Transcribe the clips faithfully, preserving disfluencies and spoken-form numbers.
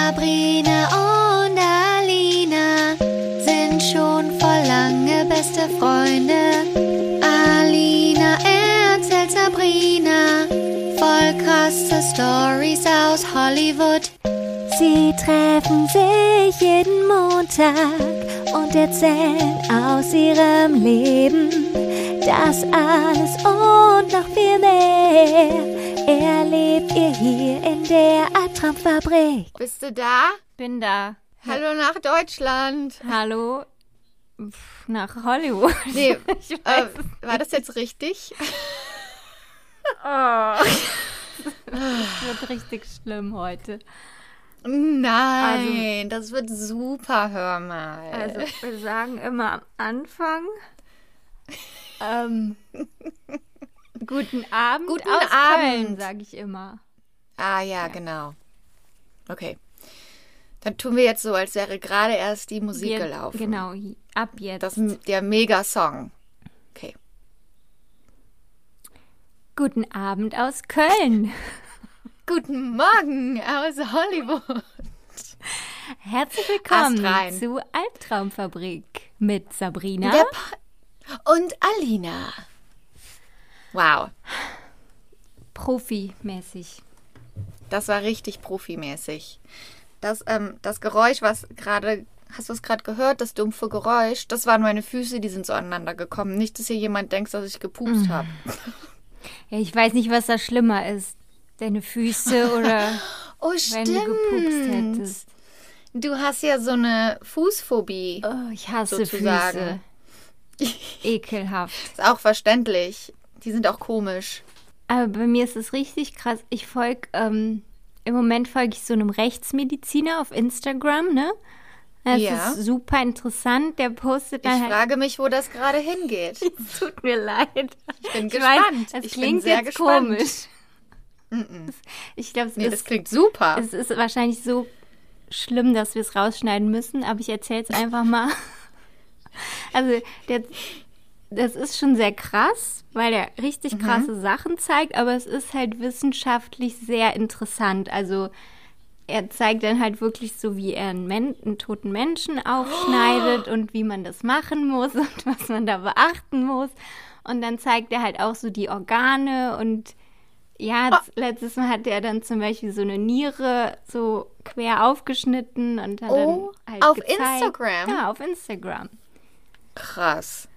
Sabrina und Alina sind schon voll lange beste Freunde. Alina erzählt Sabrina voll krasse Stories aus Hollywood. Sie treffen sich jeden Montag und erzählen aus ihrem Leben. Das alles und noch viel mehr erlebt ihr hier in der Albtraumfabrik. Bist du da? Bin da. Hallo nach Deutschland. Hallo Pff, nach Hollywood. Nee, äh, war das jetzt richtig? Oh. Das wird richtig schlimm heute. Nein, also, das wird super, hör mal. Also wir sagen immer am Anfang ähm, guten Abend guten aus Abend, Köln, sage ich immer. Ah ja, ja, genau. Okay. Dann tun wir jetzt so, als wäre gerade erst die Musik wir, gelaufen. Genau, ab jetzt. Das ist der Mega-Song. Okay. Guten Abend aus Köln. Guten Morgen aus Hollywood. Herzlich willkommen Astrein. zu Albtraumfabrik mit Sabrina Der pa- und Alina. Wow. Profimäßig. Das war richtig profimäßig. Das, ähm, das Geräusch, was gerade, hast du es gerade gehört, das dumpfe Geräusch, das waren meine Füße, die sind so aneinander gekommen. Nicht, dass hier jemand denkt, dass ich gepupst Mm. habe. Ja, ich weiß nicht, was da schlimmer ist. Deine Füße oder Oh, wenn stimmt. du gepupst hättest. Du hast ja so eine Fußphobie. Oh, ich hasse Sozusagen. Füße. Ekelhaft. Ist auch verständlich. Die sind auch komisch. Aber bei mir ist es richtig krass. Ich folge, ähm, im Moment folge ich so einem Rechtsmediziner auf Instagram, ne? Das Ja. ist super interessant. Der postet Ich dann halt... frage mich, wo das gerade hingeht. Es tut mir leid. Ich bin Ich gespannt. weiß, es ich klingt bin sehr jetzt gespannt. komisch. Mm-mm. Ich glaube, es, Nee, das ist- klingt super. es ist wahrscheinlich so schlimm, dass wir es rausschneiden müssen, aber ich erzähle es einfach mal. Also, der, das ist schon sehr krass, weil er richtig krasse Sachen zeigt, aber es ist halt wissenschaftlich sehr interessant. Also, er zeigt dann halt wirklich so, wie er einen, Men- einen toten Menschen aufschneidet und wie man das machen muss und was man da beachten muss. Und dann zeigt er halt auch so die Organe und ja, z- letztes Mal hat er dann zum Beispiel so eine Niere so quer aufgeschnitten und hat Oh, dann halt auf gezeigt. Instagram? Ja, auf Instagram. Krass.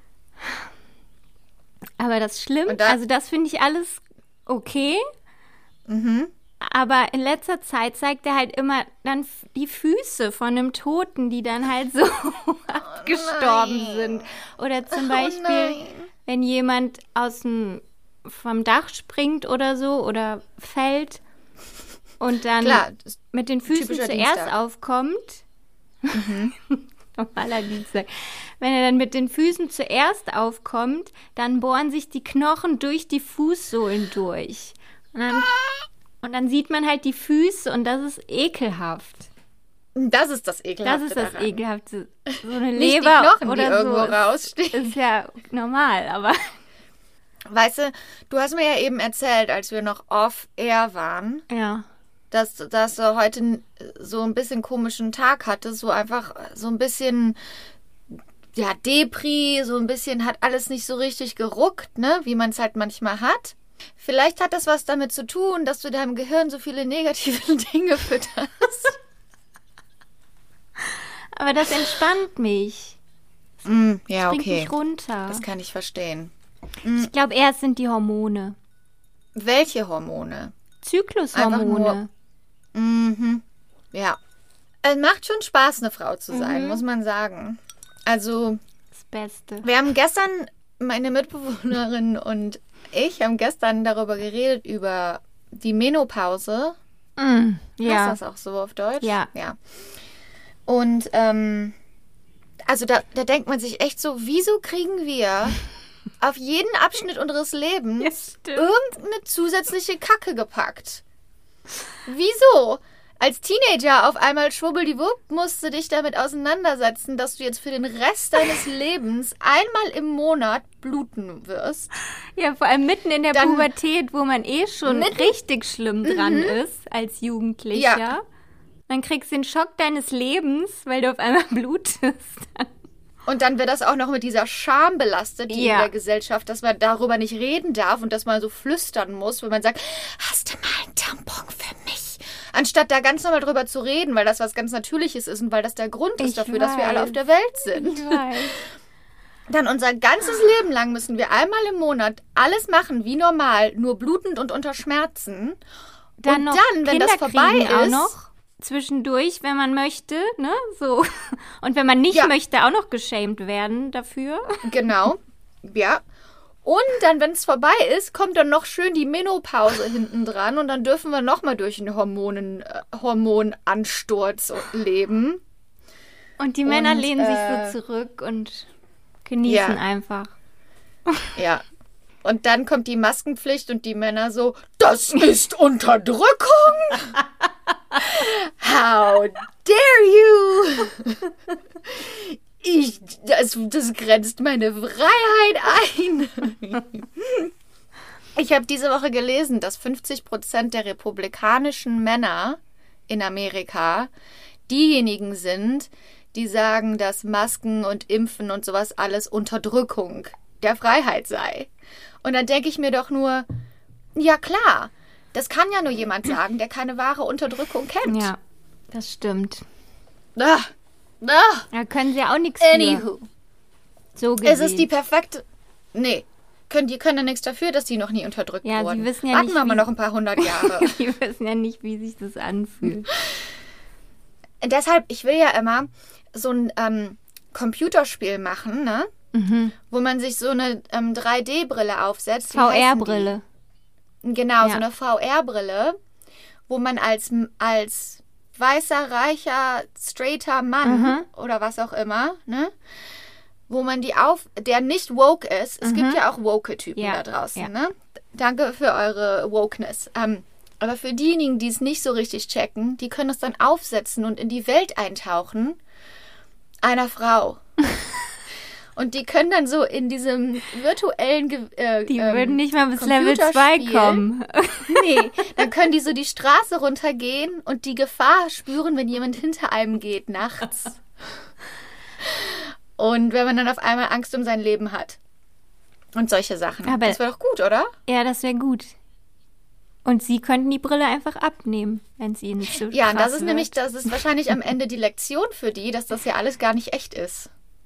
Aber das Schlimme, Und da- also das finde ich alles okay. Mhm. Aber in letzter Zeit zeigt er halt immer dann f- die Füße von einem Toten, die dann halt so abgestorben nein. sind. Oder zum Oh Beispiel, nein. wenn jemand aus dem, vom Dach springt oder so oder fällt und dann Klar, das ist mit den Füßen typischer zuerst Dienstag. aufkommt. Normaler Dienstag. Wenn er dann mit den Füßen zuerst aufkommt, dann bohren sich die Knochen durch die Fußsohlen durch. Und dann, und dann sieht man halt die Füße und das ist ekelhaft. Das ist das Das Ekelhafte ist das daran. Ekelhafte. So eine Nicht die Leber Knochen, die oder irgendwo so ist, rausstehen. ist ja normal, aber Weißt du, du hast mir ja eben erzählt, als wir noch off-air waren, ja. dass, dass du heute so ein bisschen komischen Tag hattest, so einfach so ein bisschen, ja, Depri, so ein bisschen hat alles nicht so richtig geruckt, ne, wie man es halt manchmal hat. Vielleicht hat das was damit zu tun, dass du deinem Gehirn so viele negative Dinge fütterst. Aber das entspannt mich. Mm, ja, Bringt okay. mich runter. Das kann ich verstehen. Ich glaube, eher es sind die Hormone. Welche Hormone? Zyklushormone. Mhm. Ja. Es macht schon Spaß, eine Frau zu sein, Mhm. muss man sagen. Also, Das Beste. wir haben gestern, meine Mitbewohnerin und ich haben gestern darüber geredet, über die Menopause. Mm, ja. Heißt das auch so auf Deutsch? Ja. Ja. Und, ähm, also da, da denkt man sich echt so, wieso kriegen wir auf jeden Abschnitt unseres Lebens stimmt. irgendeine zusätzliche Kacke gepackt? Wieso? Als Teenager auf einmal schwubbeldiwupp musst du dich damit auseinandersetzen, dass du jetzt für den Rest deines Lebens einmal im Monat bluten wirst. Ja, vor allem mitten in der Dann- Pubertät, wo man eh schon Mitten- richtig schlimm dran ist als Jugendlicher. Ja. Dann kriegst du den Schock deines Lebens, weil du auf einmal blutest. Und dann wird das auch noch mit dieser Scham belastet, die Ja. in der Gesellschaft, dass man darüber nicht reden darf und dass man so flüstern muss, wenn man sagt, hast du mal einen Tampon für mich? Anstatt da ganz normal drüber zu reden, weil das was ganz Natürliches ist und weil das der Grund ist Ich dafür, dass wir alle weiß. auf der Welt sind. Ich weiß. Dann unser ganzes Leben lang müssen wir einmal im Monat alles machen wie normal, nur blutend und unter Schmerzen. Dann und noch dann, wenn Kinder das vorbei kriegen auch ist, noch zwischendurch, wenn man möchte, ne, so. Und wenn man nicht Ja. möchte, auch noch geschämt werden dafür. genau, ja. Und dann, wenn es vorbei ist, kommt dann noch schön die Menopause hinten dran und dann dürfen wir nochmal durch einen Hormonen, äh, Hormonansturz leben. Und die Männer Und, lehnen äh, sich so zurück und genießen ja. einfach. Ja. Und dann kommt die Maskenpflicht und die Männer so, das ist Unterdrückung? How dare you? Ich, das, das grenzt meine Freiheit ein. Ich habe diese Woche gelesen, dass fünfzig Prozent der republikanischen Männer in Amerika diejenigen sind, die sagen, dass Masken und Impfen und sowas alles Unterdrückung der Freiheit sei. Und dann denke ich mir doch nur, ja klar, das kann ja nur jemand sagen, der keine wahre Unterdrückung kennt. Ja, das stimmt. Ah, ah, Da können sie auch nichts für. anywho. So gesehen. Es ist die perfekte... Nee, können, die können ja nichts dafür, dass die noch nie unterdrückt Ja, sie wurden. wissen ja Warten nicht, wir mal wie- noch ein paar hundert Jahre. Die wissen ja nicht, wie sich das anfühlt. Deshalb, ich will ja immer so ein ähm, Computerspiel machen, ne? Mhm. Wo man sich so eine ähm, drei D-Brille aufsetzt. Wie V heißen R-Brille. die? Genau, Ja. so eine V R-Brille, wo man als, als weißer, reicher, straighter Mann Mhm. oder was auch immer, ne? Wo man die auf, der nicht woke ist. Es gibt ja auch woke-Typen Ja, da draußen, ja. ne? Danke für eure Wokeness. Ähm, aber für diejenigen, die es nicht so richtig checken, die können es dann aufsetzen und in die Welt eintauchen einer Frau. Und die können dann so in diesem virtuellen Ge äh, Die ähm, würden nicht mal bis Level zwei Computerspiel- kommen. Nee, dann können die so die Straße runtergehen und die Gefahr spüren, wenn jemand hinter einem geht nachts. Und wenn man dann auf einmal Angst um sein Leben hat. Und solche Sachen. Aber- das wäre doch gut, oder? Ja, das wäre gut. Und sie könnten die Brille einfach abnehmen, wenn sie ihnen so Ja, und krass das ist wird. nämlich, das ist wahrscheinlich am Ende die Lektion für die, dass das ja alles gar nicht echt ist.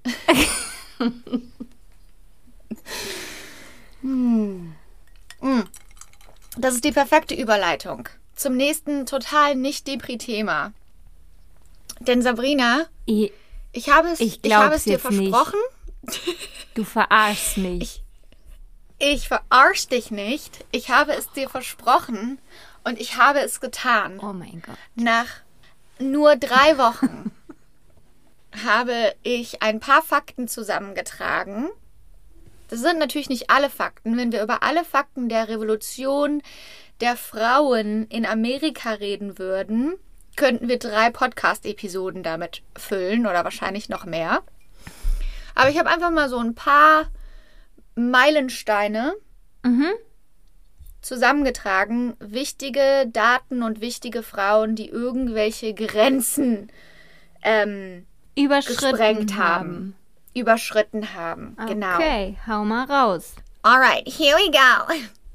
hm. Hm. Das ist die perfekte Überleitung zum nächsten total nicht Depri-Thema. Denn Sabrina, Ich, ich habe es, Ich ich habe glaub's es dir jetzt nicht. versprochen. du verarschst mich. Ich verarsch dich nicht. Ich habe es dir versprochen und ich habe es getan. Oh mein Gott. Nach nur drei Wochen habe ich ein paar Fakten zusammengetragen. Das sind natürlich nicht alle Fakten. Wenn wir über alle Fakten der Revolution der Frauen in Amerika reden würden, könnten wir drei Podcast-Episoden damit füllen oder wahrscheinlich noch mehr. Aber ich habe einfach mal so ein paar Meilensteine Mhm. zusammengetragen. Wichtige Daten und wichtige Frauen, die irgendwelche Grenzen ähm, Überschritten gesprengt haben. haben. Überschritten haben. Genau. Okay, hau mal raus. Alright, here we go.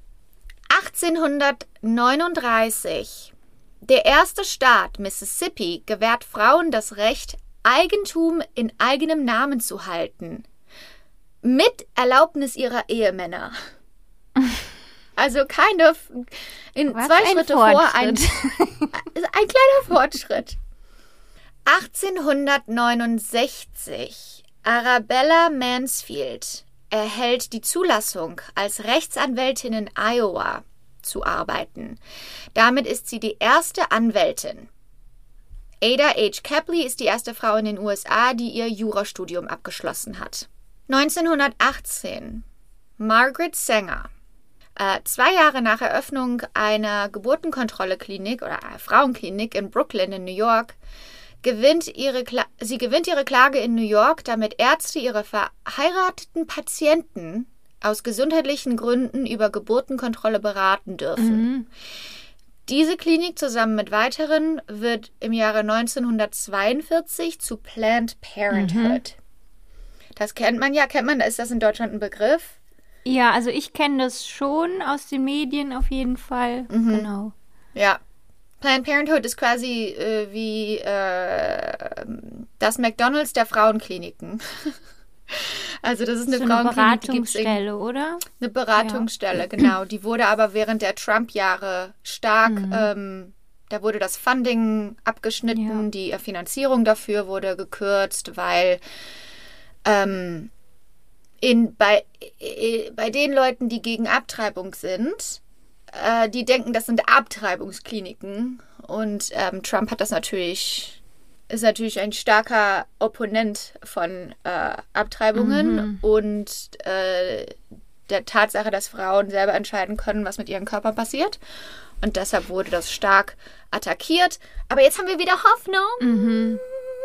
achtzehnhundertneununddreißig. Der erste Staat, Mississippi, gewährt Frauen das Recht, Eigentum in eigenem Namen zu halten. Mit Erlaubnis ihrer Ehemänner. Also kind of in Was zwei ein Schritte vor ein, Fortschritt. ein kleiner Fortschritt. achtzehnhundertneunundsechzig. Arabella Mansfield erhält die Zulassung, als Rechtsanwältin in Iowa zu arbeiten. Damit ist sie die erste Anwältin. Ada H. Kepley ist die erste Frau in den U S A, die ihr Jurastudium abgeschlossen hat. neunzehnhundertachtzehn. Margaret Sanger. Äh, zwei Jahre nach Eröffnung einer Geburtenkontrolle-Klinik oder einer Frauenklinik in Brooklyn in New York gewinnt ihre Kla- sie gewinnt ihre Klage in New York, damit Ärzte ihre verheirateten Patienten aus gesundheitlichen Gründen über Geburtenkontrolle beraten dürfen. Diese Klinik zusammen mit weiteren wird im Jahre neunzehnhundertzweiundvierzig zu Planned Parenthood. Mhm. Das kennt man ja. Kennt man, ist das in Deutschland ein Begriff? Ja, also ich kenne das schon aus den Medien auf jeden Fall. Mhm. Genau. Ja. Planned Parenthood ist quasi äh, wie äh, das McDonald's der Frauenkliniken. Also das ist eine, so eine Frauenklinik, Beratungsstelle, oder? Eine Beratungsstelle, ja. Genau. Die wurde aber während der Trump-Jahre stark, mhm. ähm, da wurde das Funding abgeschnitten, ja. Die Finanzierung dafür wurde gekürzt, weil ähm, in, bei, äh, bei den Leuten, die gegen Abtreibung sind, äh, die denken, das sind Abtreibungskliniken. Und ähm, Trump hat das natürlich... ist natürlich ein starker Opponent von äh, Abtreibungen mhm. und äh, der Tatsache, dass Frauen selber entscheiden können, was mit ihrem Körper passiert. Und deshalb wurde das stark attackiert. Aber jetzt haben wir wieder Hoffnung. Mhm.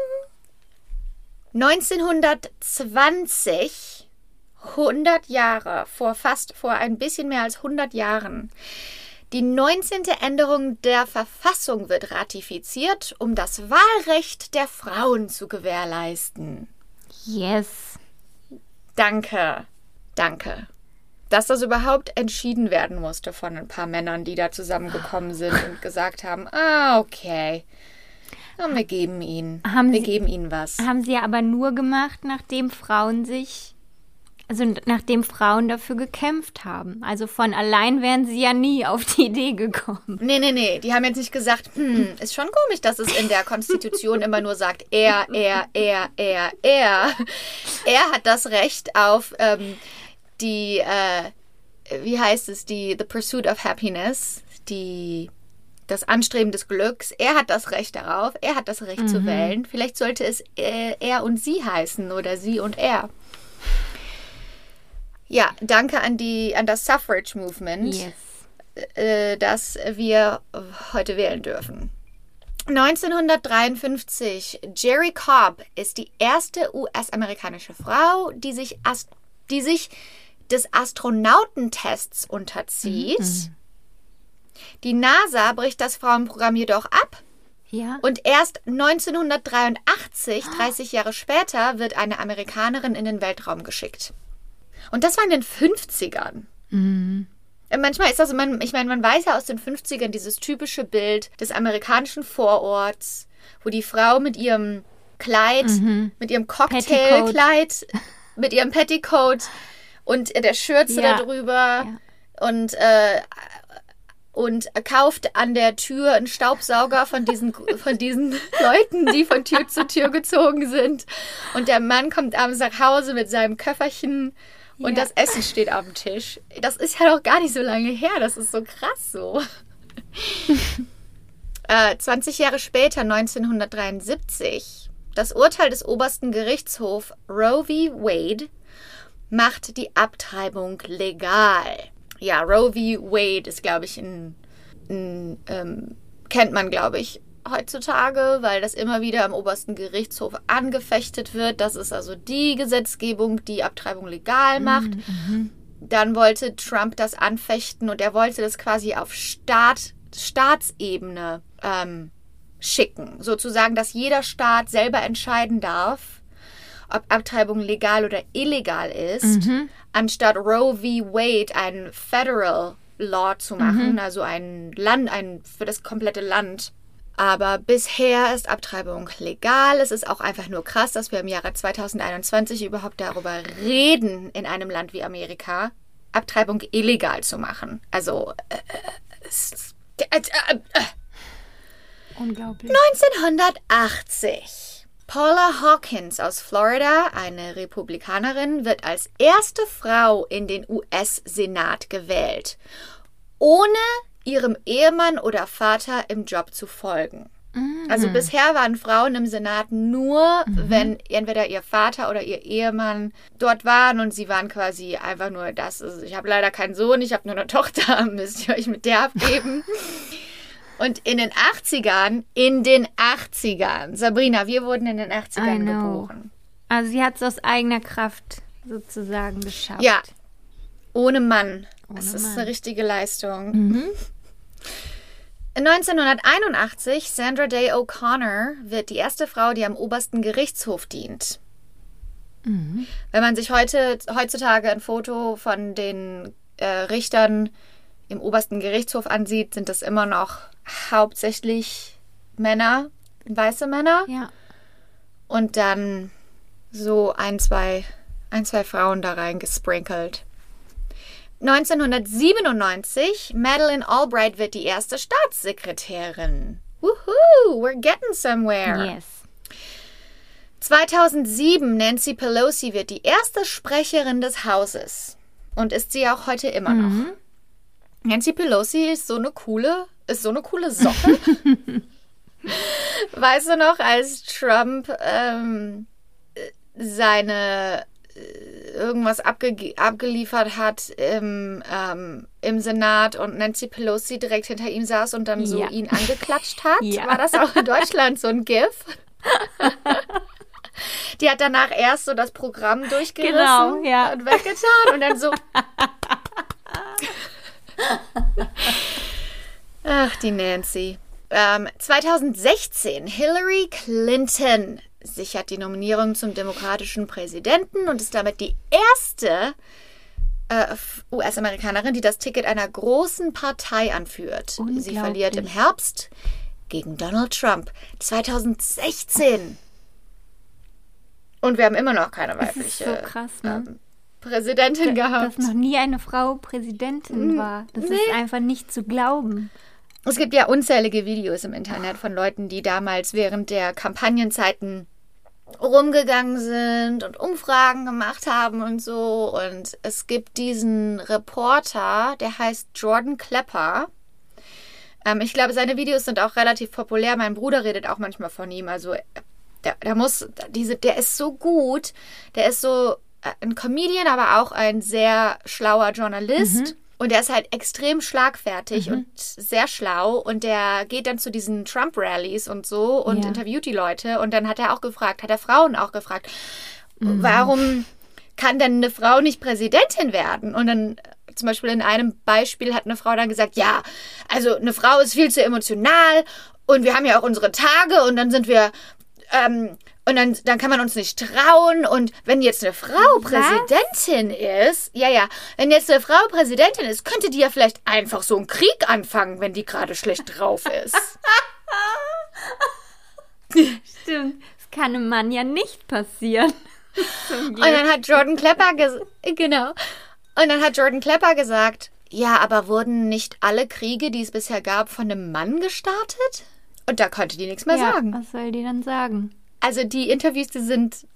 neunzehnhundertzwanzig, hundert Jahre, vor fast, vor ein bisschen mehr als hundert Jahren, die neunzehnte Änderung der Verfassung wird ratifiziert, um das Wahlrecht der Frauen zu gewährleisten. Yes. Danke. Danke. Dass das überhaupt entschieden werden musste von ein paar Männern, die da zusammengekommen sind und gesagt haben, ah, okay, und wir geben ihnen, haben wir Sie, geben ihnen was. Haben sie aber nur gemacht, nachdem Frauen sich... Also nachdem Frauen dafür gekämpft haben. Also von allein wären sie ja nie auf die Idee gekommen. Nee, nee, nee. Die haben jetzt nicht gesagt, hm, ist schon komisch, dass es in der Konstitution immer nur sagt, er, er, er, er, er. Er hat das Recht auf ähm, die, äh, wie heißt es, die The Pursuit of Happiness, die, das Anstreben des Glücks. Er hat das Recht darauf. Er hat das Recht mhm. zu wählen. Vielleicht sollte es äh, er und sie heißen oder sie und er. Ja, danke an die an das Suffrage Movement, yes. äh, dass wir heute wählen dürfen. neunzehnhundertdreiundfünfzig, Jerry Cobb ist die erste U S-amerikanische Frau, die sich, Ast- die sich des Astronautentests unterzieht. Mhm. Die NASA bricht das Frauenprogramm jedoch ab. Ja. Und erst neunzehnhundertdreiundachtzig, dreißig Jahre später, wird eine Amerikanerin in den Weltraum geschickt. Und das war in den fünfzigern. Mhm. Manchmal ist das, ich meine, man weiß ja aus den fünfzigern dieses typische Bild des amerikanischen Vororts, wo die Frau mit ihrem Kleid, mhm. mit ihrem Cocktailkleid, mit ihrem Petticoat und der Schürze ja. darüber ja. und äh, und kauft an der Tür einen Staubsauger von diesen, von diesen Leuten, die von Tür zu Tür gezogen sind. Und der Mann kommt abends nach Hause mit seinem Köfferchen und ja. das Essen steht auf dem Tisch. Das ist ja doch gar nicht so lange her. Das ist so krass so. äh, zwanzig Jahre später, neunzehnhundertdreiundsiebzig, das Urteil des obersten Gerichtshofs Roe v. Wade macht die Abtreibung legal. Ja, Roe v. Wade ist, glaube ich, ein, ein ähm, kennt man, glaube ich, heutzutage, weil das immer wieder am obersten Gerichtshof angefechtet wird. Das ist also die Gesetzgebung, die Abtreibung legal macht. Mhm. Dann wollte Trump das anfechten und er wollte das quasi auf Staat, Staatsebene ähm, schicken. Sozusagen, dass jeder Staat selber entscheiden darf, ob Abtreibung legal oder illegal ist, mhm. anstatt Roe v. Wade ein Federal Law zu machen, mhm. also ein Land, ein für das komplette Land. Aber bisher ist Abtreibung legal. Es ist auch einfach nur krass, dass wir im Jahre zweitausendeinundzwanzig überhaupt darüber reden, in einem Land wie Amerika, Abtreibung illegal zu machen. Also, äh, äh, äh, äh, äh. Unglaublich. neunzehnhundertachtzig. Paula Hawkins aus Florida, eine Republikanerin, wird als erste Frau in den U S-Senat gewählt, ohne ihrem Ehemann oder Vater im Job zu folgen. Mhm. Also bisher waren Frauen im Senat nur, mhm. wenn entweder ihr Vater oder ihr Ehemann dort waren und sie waren quasi einfach nur das. Also ich habe leider keinen Sohn, ich habe nur eine Tochter, müsst ihr euch mit der abgeben. Und in den achtzigern, in den achtzigern, Sabrina, wir wurden in den achtzigern geboren. Also sie hat es aus eigener Kraft sozusagen geschafft. Ja, ohne Mann. Ohne das ist Mann. eine richtige Leistung. Mhm. neunzehnhunderteinundachtzig, Sandra Day O'Connor wird die erste Frau, die am obersten Gerichtshof dient. Mhm. Wenn man sich heute heutzutage ein Foto von den äh, Richtern im obersten Gerichtshof ansieht, sind das immer noch hauptsächlich Männer, weiße Männer. Ja. Und dann so ein, zwei, ein, zwei Frauen da rein gesprinkelt. neunzehnhundertsiebenundneunzig, Madeleine Albright wird die erste Staatssekretärin. Woohoo, we're getting somewhere. Yes. zweitausendsieben, Nancy Pelosi wird die erste Sprecherin des Hauses. Und ist sie auch heute immer noch. Mhm. Nancy Pelosi ist so eine coole, ist so eine coole Socke. Weißt du noch, als Trump ähm, seine irgendwas abge- abgeliefert hat im, ähm, im Senat und Nancy Pelosi direkt hinter ihm saß und dann so ja. ihn angeklatscht hat? Ja. War das auch in Deutschland so ein GIF? Die hat danach erst so das Programm durchgerissen genau, ja. und weggetan und dann so... Ach, die Nancy. Ähm, zweitausendsechzehn, Hillary Clinton sichert die Nominierung zum demokratischen Präsidenten und ist damit die erste äh, U S-Amerikanerin, die das Ticket einer großen Partei anführt. Sie verliert im Herbst gegen Donald Trump. zweitausendsechzehn. Und wir haben immer noch keine weibliche das ist so krass, ne? ähm, Präsidentin da, gehabt. Dass noch nie eine Frau Präsidentin war. Das nee. ist einfach nicht zu glauben. Es gibt ja unzählige Videos im Internet von Leuten, die damals während der Kampagnenzeiten rumgegangen sind und Umfragen gemacht haben und so. Und es gibt diesen Reporter, der heißt Jordan Klepper. Ähm, ich glaube, seine Videos sind auch relativ populär. Mein Bruder redet auch manchmal von ihm. Also der, der muss, diese, der ist so gut. Der ist so ein Comedian, aber auch ein sehr schlauer Journalist. Mhm. Und der ist halt extrem schlagfertig mhm. und sehr schlau. Und der geht dann zu diesen Trump-Rallies und so und ja. interviewt die Leute. Und dann hat er auch gefragt, hat er Frauen auch gefragt, mhm. warum kann denn eine Frau nicht Präsidentin werden? Und dann zum Beispiel in einem Beispiel hat eine Frau dann gesagt, ja, also eine Frau ist viel zu emotional und wir haben ja auch unsere Tage und dann sind wir... Ähm, Und dann, dann kann man uns nicht trauen. Und wenn jetzt eine Frau Was? Präsidentin ist, ja, ja, wenn jetzt eine Frau Präsidentin ist, könnte die ja vielleicht einfach so einen Krieg anfangen, wenn die gerade schlecht drauf ist. Stimmt, das kann einem Mann ja nicht passieren. Und dann hat Jordan Klepper gesagt, genau. Und dann hat Jordan Klepper gesagt, ja, aber wurden nicht alle Kriege, die es bisher gab, von einem Mann gestartet? Und da konnte die nichts mehr ja, sagen. Was soll die dann sagen? Also die Interviews, die sind...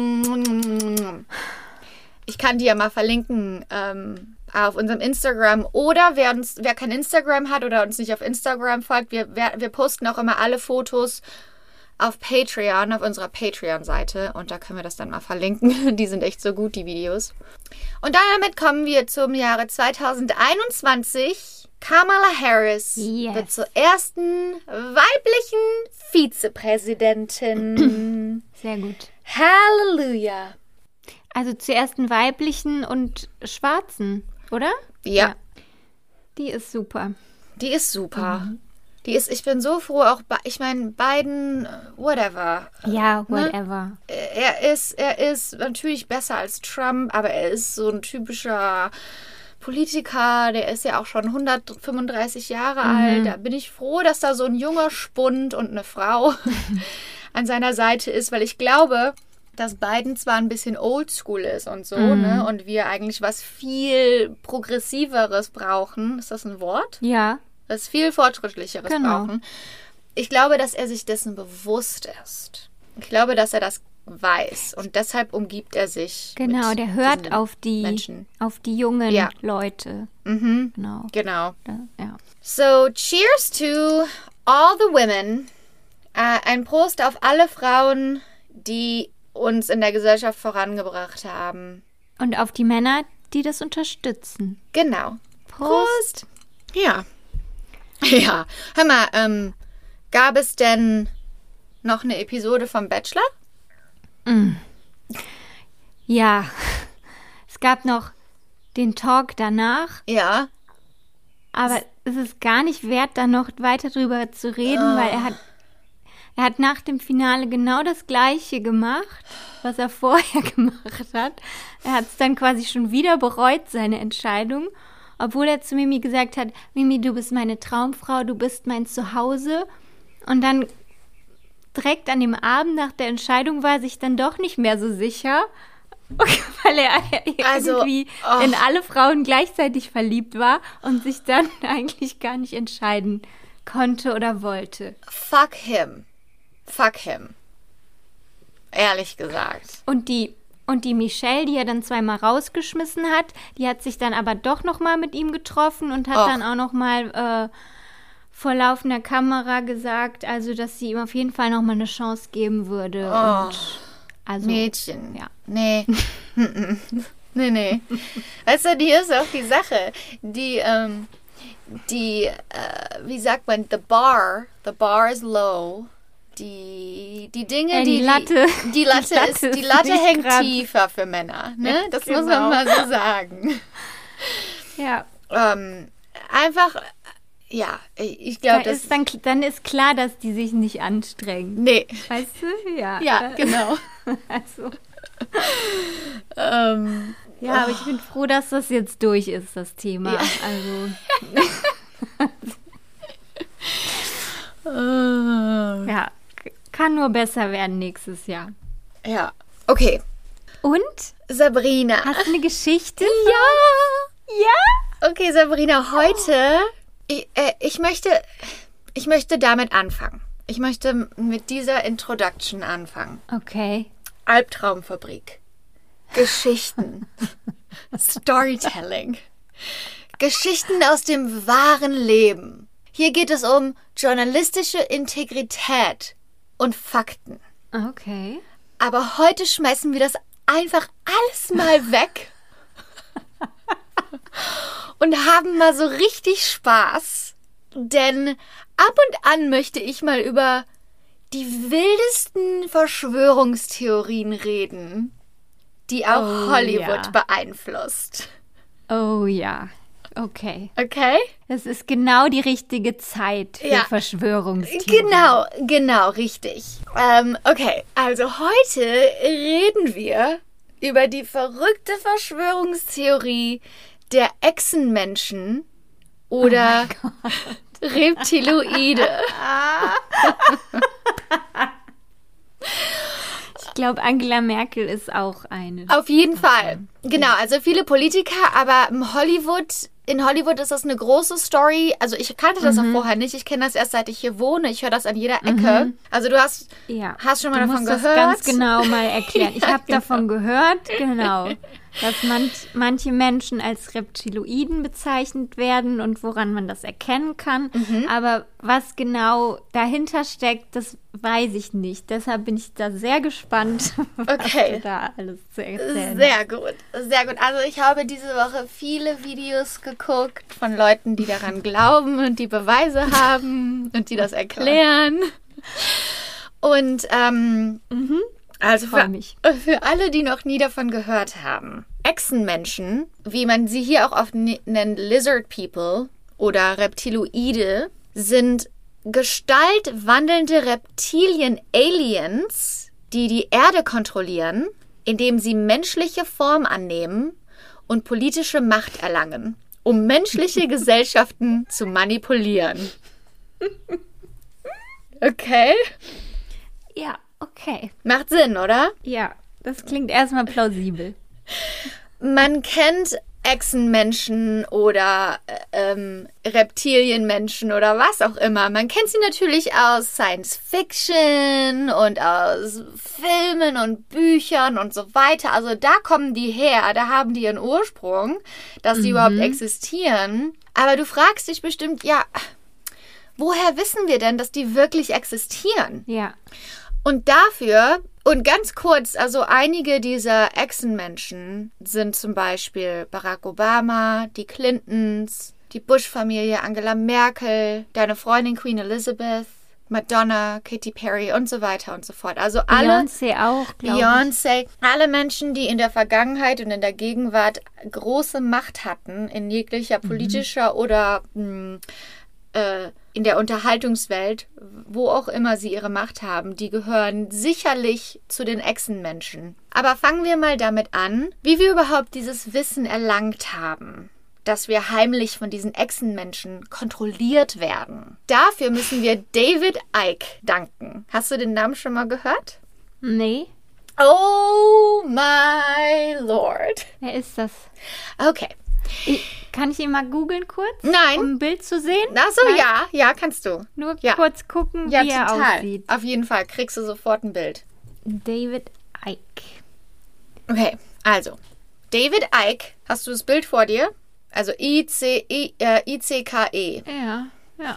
Ich kann die ja mal verlinken ähm, auf unserem Instagram. Oder wer, uns, wer kein Instagram hat oder uns nicht auf Instagram folgt, wir, wir, wir posten auch immer alle Fotos auf Patreon, auf unserer Patreon-Seite. Und da können wir das dann mal verlinken. Die sind echt so gut, die Videos. Und damit kommen wir zum Jahre zweitausendeinundzwanzig. Kamala Harris yes. wird zur ersten weiblichen Vizepräsidentin. Sehr gut. Halleluja. Also zur ersten weiblichen und schwarzen, oder? Ja. ja. Die ist super. Die ist super. Mhm. Die ist, ich bin so froh, auch, ich meine, Biden, whatever. Ja, whatever. Ne? Er ist, er ist natürlich besser als Trump, aber er ist so ein typischer Politiker, der ist ja auch schon hundertfünfunddreißig Jahre mhm. alt. Da bin ich froh, dass da so ein junger Spund und eine Frau an seiner Seite ist, weil ich glaube, dass Biden zwar ein bisschen oldschool ist und so, mhm. ne, und wir eigentlich was viel Progressiveres brauchen. Ist das ein Wort? Ja. Was viel Fortschrittlicheres genau. brauchen. Ich glaube, dass er sich dessen bewusst ist. Ich glaube, dass er das weiß und deshalb umgibt er sich genau mit der hört auf die Menschen. auf die jungen ja. Leute mhm. genau genau da, ja. So cheers to all the women, äh, ein Prost auf alle Frauen, die uns in der Gesellschaft vorangebracht haben und auf die Männer, die das unterstützen. Genau. Prost. Prost. Ja ja hör mal, ähm, gab es denn noch eine Episode vom Bachelor? Mm. Ja, es gab noch den Talk danach. Ja. Aber es ist gar nicht wert, da noch weiter drüber zu reden, oh. weil er hat, er hat nach dem Finale genau das Gleiche gemacht, was er vorher gemacht hat. Er hat es dann quasi schon wieder bereut, seine Entscheidung, obwohl er zu Mimi gesagt hat, Mimi, du bist meine Traumfrau, du bist mein Zuhause. Und dann direkt an dem Abend nach der Entscheidung war er sich dann doch nicht mehr so sicher, weil er irgendwie also, oh. in alle Frauen gleichzeitig verliebt war und sich dann eigentlich gar nicht entscheiden konnte oder wollte. Fuck him. Fuck him. Ehrlich gesagt. Und die, und die Michelle, die er dann zweimal rausgeschmissen hat, die hat sich dann aber doch nochmal mit ihm getroffen und hat Och. dann auch nochmal äh, vor laufender Kamera gesagt, also dass sie ihm auf jeden Fall nochmal eine Chance geben würde. Oh. Und also, Mädchen. Ja. Nee. nee, nee. Weißt du, die ist auch die Sache. Die, ähm, die, äh, wie sagt man, the bar, the bar is low. Die, die Dinge, ja, die, die, Latte, die, die Latte, die Latte ist, ist die Latte hängt grad. tiefer für Männer. Ne? Ja, das genau. muss man mal so sagen. Ja. Ähm, einfach, ja, ich glaube, da das ist dann, dann ist klar, dass die sich nicht anstrengen. Nee. Weißt du? Ja. Ja, genau. Also. ähm, ja, aber ich bin froh, dass das jetzt durch ist, das Thema. Ja. Also. ja, kann nur besser werden nächstes Jahr. Ja, okay. Und? Sabrina. Hast du eine Geschichte? Ja. Ja? Okay, Sabrina, heute, ich, äh, ich möchte, ich möchte damit anfangen. Ich möchte mit dieser Introduction anfangen. Okay. Albtraumfabrik. Geschichten. Storytelling. Geschichten aus dem wahren Leben. Hier geht es um journalistische Integrität und Fakten. Okay. Aber heute schmeißen wir das einfach alles mal weg und haben mal so richtig Spaß. Denn ab und an möchte ich mal über die wildesten Verschwörungstheorien reden, die auch Oh, Hollywood ja. beeinflusst. Oh ja. Okay. Okay? Das ist genau die richtige Zeit für Ja. Verschwörungstheorien. Genau, genau, richtig. Ähm, okay, also heute reden wir über die verrückte Verschwörungstheorie der Echsenmenschen oder Oh Reptiloide. Ich glaube, Angela Merkel ist auch eine. Auf jeden Fall. Genau, also viele Politiker, aber im Hollywood, in Hollywood ist das eine große Story. Also ich kannte das auch vorher nicht. Ich kenne das erst, seit ich hier wohne. Ich höre das an jeder Ecke. Also du hast, Ja. hast schon mal du davon musst gehört. das ganz genau mal erklären. Ich Ja, habe genau. davon gehört, genau, dass manch, manche Menschen als Reptiloiden bezeichnet werden und woran man das erkennen kann. Mhm. Aber was genau dahinter steckt, das weiß ich nicht. Deshalb bin ich da sehr gespannt, was Okay. du da alles zu erzählen hast. Sehr gut, sehr gut. Also ich habe diese Woche viele Videos geguckt von Leuten, die daran glauben und die Beweise haben und die das erklären. Und ähm, also Freu für, mich. für alle, die noch nie davon gehört haben, Echsenmenschen, wie man sie hier auch oft ne- nennt, Lizard People oder Reptiloide, sind gestaltwandelnde Reptilien-Aliens, die die Erde kontrollieren, indem sie menschliche Form annehmen und politische Macht erlangen, um menschliche Gesellschaften zu manipulieren. Okay? Ja, okay. Macht Sinn, oder? Ja, das klingt erstmal plausibel. Man kennt Echsenmenschen oder äh, ähm, Reptilienmenschen oder was auch immer. Man kennt sie natürlich aus Science Fiction und aus Filmen und Büchern und so weiter. Also da kommen die her, da haben die ihren Ursprung, dass die Mhm. überhaupt existieren. Aber du fragst dich bestimmt, ja, woher wissen wir denn, dass die wirklich existieren? Ja. Und dafür, und ganz kurz, also einige dieser Echsenmenschen sind zum Beispiel Barack Obama, die Clintons, die Bush-Familie, Angela Merkel, deine Freundin Queen Elizabeth, Madonna, Katy Perry und so weiter und so fort. Also alle, Beyoncé auch, glaube ich. Beyoncé, alle Menschen, die in der Vergangenheit und in der Gegenwart große Macht hatten, in jeglicher politischer mhm. oder mh, äh, in der Unterhaltungswelt, wo auch immer sie ihre Macht haben, die gehören sicherlich zu den Echsenmenschen. Aber fangen wir mal damit an, wie wir überhaupt dieses Wissen erlangt haben, dass wir heimlich von diesen Echsenmenschen kontrolliert werden. Dafür müssen wir David Icke danken. Hast du den Namen schon mal gehört? Nee. Oh my Lord. Wer ist das? Okay. Ich, kann ich ihn mal googeln kurz? Nein. Um ein Bild zu sehen? Ach so, Nein? ja. Ja, kannst du. Nur ja. kurz gucken, ja, wie er total. aussieht. Auf jeden Fall kriegst du sofort ein Bild. David Icke. Okay, also. David Icke, hast du das Bild vor dir? Also I C K E. Ja, ja.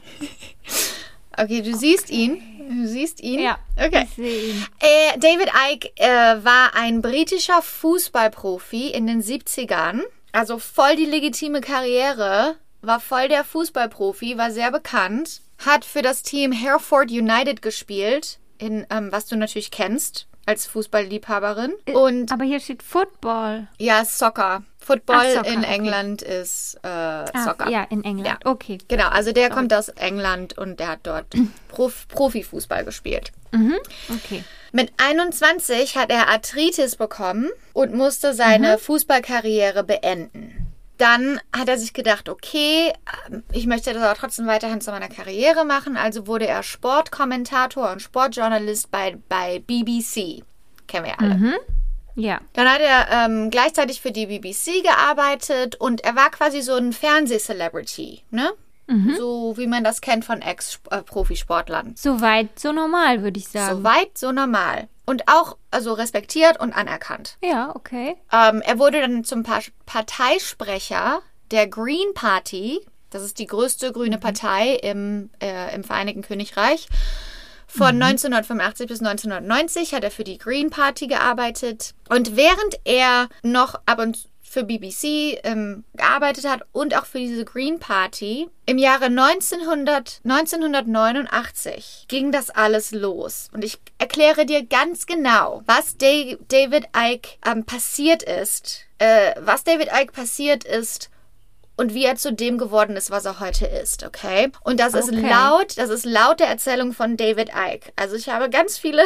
Okay, du siehst ihn. Du siehst ihn? Ja, okay. ich sehe ihn. Äh, David Icke äh, war ein britischer Fußballprofi in den siebzigern. Also voll die legitime Karriere. War voll der Fußballprofi, war sehr bekannt. Hat für das Team Hereford United gespielt, in, ähm, was du natürlich kennst als Fußballliebhaberin. Und aber hier steht Football. ja, Soccer. Football Ach, Soccer, in okay. England ist äh, Ah, Soccer. ja, in England. Ja. Okay. Genau, also der kommt aus England und der hat dort Prof- Profifußball gespielt. Mhm. Okay. Mit einundzwanzig hat er Arthritis bekommen und musste seine Mhm. Fußballkarriere beenden. Dann hat er sich gedacht, okay, ich möchte das aber trotzdem weiterhin zu meiner Karriere machen. Also wurde er Sportkommentator und Sportjournalist bei, bei B B C. Kennen wir ja alle. Mhm. Ja. Dann hat er ähm, gleichzeitig für die B B C gearbeitet und er war quasi so ein Fernsehcelebrity, ne? Mhm. So wie man das kennt von Ex-Profisportlern. So weit, so normal, würde ich sagen. So weit, so normal. Und auch also respektiert und anerkannt. Ja, okay. Ähm, er wurde dann zum pa- Parteisprecher der Green Party. Das ist die größte grüne Partei im, äh, im Vereinigten Königreich. Von mhm. neunzehnhundertfünfundachtzig bis neunzehnhundertneunzig hat er für die Green Party gearbeitet. Und während er noch ab und zu für B B C ähm, gearbeitet hat und auch für diese Green Party, im Jahre neunzehnhundert, neunzehnhundertneunundachtzig ging das alles los. Und ich erkläre dir ganz genau, was Da- David Icke ähm, passiert ist, äh, was David Icke passiert ist und wie er zu dem geworden ist, was er heute ist, okay? Und das ist Okay. laut, das ist laut der Erzählung von David Icke. Also ich habe ganz viele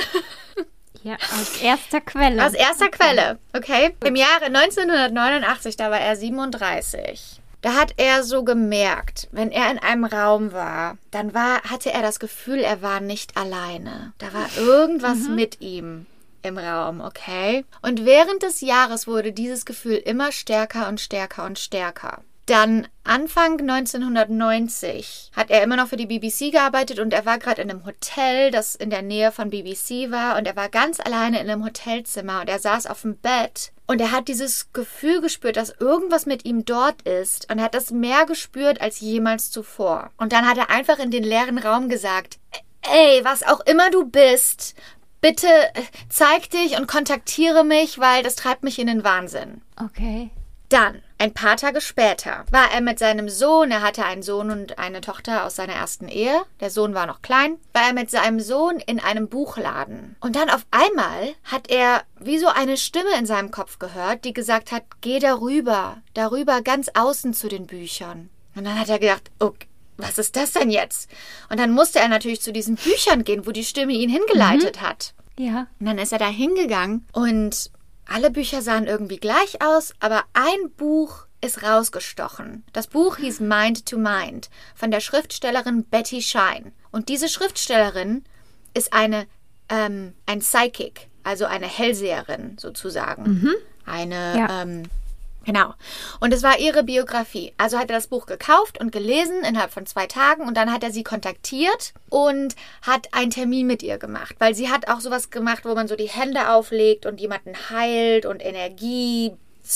Ja, aus erster Quelle. aus erster Quelle, okay? Im Jahre neunzehnhundertneunundachtzig, da war er siebenunddreißig. Da hat er so gemerkt, wenn er in einem Raum war, dann war, hatte er das Gefühl, er war nicht alleine. Da war irgendwas Mhm. mit ihm im Raum, okay? Und während des Jahres wurde dieses Gefühl immer stärker und stärker und stärker. Dann Anfang neunzehnhundertneunzig hat er immer noch für die B B C gearbeitet und er war gerade in einem Hotel, das in der Nähe von B B C war und er war ganz alleine in einem Hotelzimmer und er saß auf dem Bett und er hat dieses Gefühl gespürt, dass irgendwas mit ihm dort ist und er hat das mehr gespürt als jemals zuvor. Und dann hat er einfach in den leeren Raum gesagt, ey, was auch immer du bist, bitte zeig dich und kontaktiere mich, weil das treibt mich in den Wahnsinn. Okay. Dann, ein paar Tage später, war er mit seinem Sohn, er hatte einen Sohn und eine Tochter aus seiner ersten Ehe, der Sohn war noch klein, war er mit seinem Sohn in einem Buchladen. Und dann auf einmal hat er wie so eine Stimme in seinem Kopf gehört, die gesagt hat, geh darüber, darüber ganz außen zu den Büchern. Und dann hat er gedacht, okay, was ist das denn jetzt? Und dann musste er natürlich zu diesen Büchern gehen, wo die Stimme ihn hingeleitet mhm. hat. Ja. Und dann ist er da hingegangen und alle Bücher sahen irgendwie gleich aus, aber ein Buch ist rausgestochen. Das Buch hieß Mind to Mind von der Schriftstellerin Betty Shine. Und diese Schriftstellerin ist eine ähm, ein Psychic, also eine Hellseherin sozusagen. Mhm. Eine, Ja. ähm, genau. Und es war ihre Biografie. Also hat er das Buch gekauft und gelesen innerhalb von zwei Tagen und dann hat er sie kontaktiert und hat einen Termin mit ihr gemacht. Weil sie hat auch sowas gemacht, wo man so die Hände auflegt und jemanden heilt und Energiezeug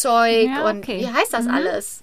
Ja, und okay. wie heißt das Mhm. alles?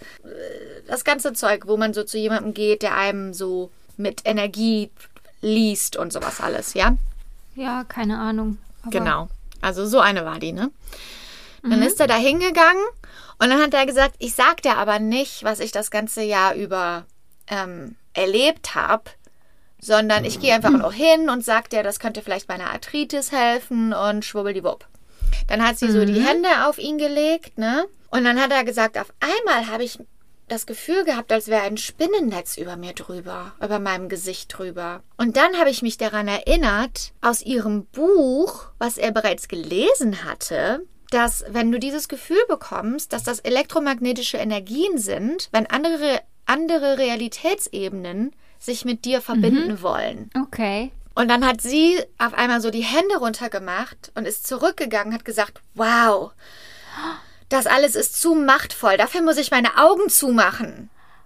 Das ganze Zeug, wo man so zu jemandem geht, der einem so mit Energie liest und sowas alles, ja? Ja, keine Ahnung. Aber Genau. Also so eine war die, ne? Dann ist er da hingegangen und dann hat er gesagt, ich sag dir aber nicht, was ich das ganze Jahr über ähm, erlebt habe, sondern ich gehe einfach nur hin und sage dir, das könnte vielleicht meiner Arthritis helfen und schwubbeldiwupp. Dann hat sie mhm. so die Hände auf ihn gelegt, ne? Und dann hat er gesagt, auf einmal habe ich das Gefühl gehabt, als wäre ein Spinnennetz über mir drüber, über meinem Gesicht drüber. Und dann habe ich mich daran erinnert, aus ihrem Buch, was er bereits gelesen hatte, dass wenn du dieses Gefühl bekommst, dass das elektromagnetische Energien sind, wenn andere, andere Realitätsebenen sich mit dir verbinden mhm. wollen. Okay. Und dann hat sie auf einmal so die Hände runtergemacht und ist zurückgegangen, hat gesagt, wow, das alles ist zu machtvoll, dafür muss ich meine Augen zumachen.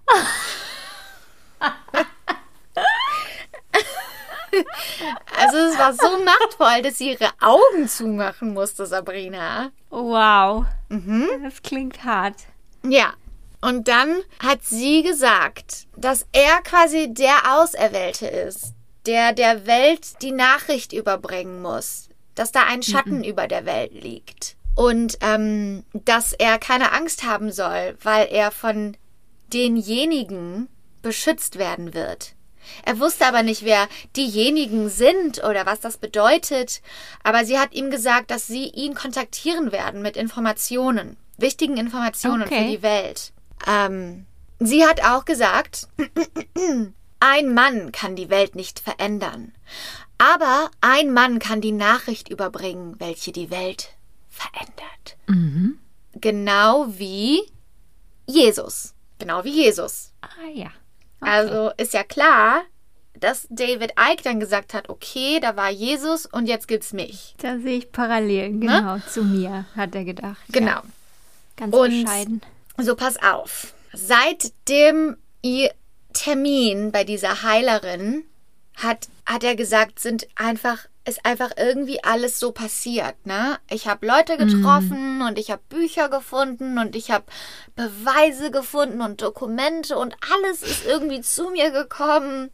Also es war so machtvoll, dass sie ihre Augen zumachen musste, Sabrina. Wow, mhm. das klingt hart. Ja, und dann hat sie gesagt, dass er quasi der Auserwählte ist, der der Welt die Nachricht überbringen muss, dass da ein Schatten mhm. über der Welt liegt. Und ähm, dass er keine Angst haben soll, weil er von denjenigen beschützt werden wird. Er wusste aber nicht, wer diejenigen sind oder was das bedeutet. Aber sie hat ihm gesagt, dass sie ihn kontaktieren werden mit Informationen, wichtigen Informationen okay. für die Welt. Ähm, sie hat auch gesagt, ein Mann kann die Welt nicht verändern. Aber ein Mann kann die Nachricht überbringen, welche die Welt verändert. Mhm. Genau wie Jesus. Genau wie Jesus. Ah ja. Okay. Also ist ja klar, dass David Icke dann gesagt hat, okay, da war Jesus und jetzt gibt's mich. Da sehe ich Parallelen, genau, ne? Zu mir, hat er gedacht. Genau. Ja. Ganz und bescheiden. So, pass auf. Seit dem Termin bei dieser Heilerin hat, hat er gesagt, sind einfach, ist einfach irgendwie alles so passiert, ne? Ich habe Leute getroffen mm. und ich habe Bücher gefunden und ich habe Beweise gefunden und Dokumente und alles ist irgendwie zu mir gekommen,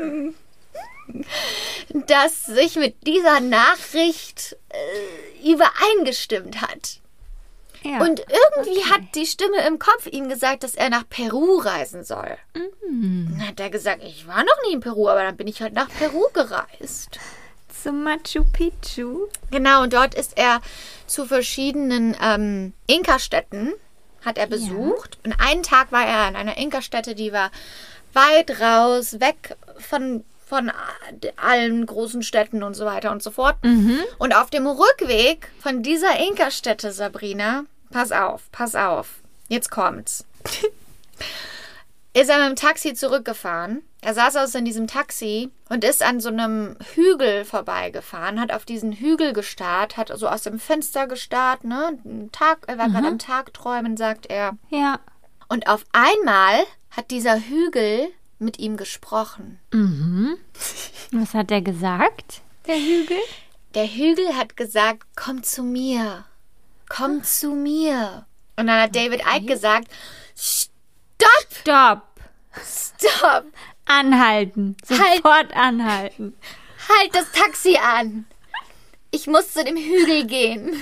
das sich mit dieser Nachricht äh, übereingestimmt hat. Ja, und irgendwie okay. hat die Stimme im Kopf ihm gesagt, dass er nach Peru reisen soll. Mm. Dann hat er gesagt, ich war noch nie in Peru, aber dann bin ich halt nach Peru gereist. Zu Machu Picchu. Genau, und dort ist er zu verschiedenen ähm, Inka-Städten, hat er besucht. Ja. Und einen Tag war er an einer Inka-Stätte, die war weit raus, weg von, von allen großen Städten und so weiter und so fort. Mhm. Und auf dem Rückweg von dieser Inka-Stätte, Sabrina, pass auf, pass auf, jetzt kommt's. Ist er mit dem Taxi zurückgefahren. Er saß also in diesem Taxi und ist an so einem Hügel vorbeigefahren, hat auf diesen Hügel gestarrt, hat so aus dem Fenster gestarrt, ne? Tag, er war mhm. gerade am Tagträumen, sagt er. Ja. Und auf einmal hat dieser Hügel mit ihm gesprochen. Mhm. Was hat er gesagt, der Hügel? Der Hügel hat gesagt, komm zu mir, komm Ach. zu mir. Und dann hat David okay. Icke gesagt, Stopp! Stopp! Stopp! Anhalten. Sofort halt, anhalten. Halt das Taxi an. Ich muss zu dem Hügel gehen.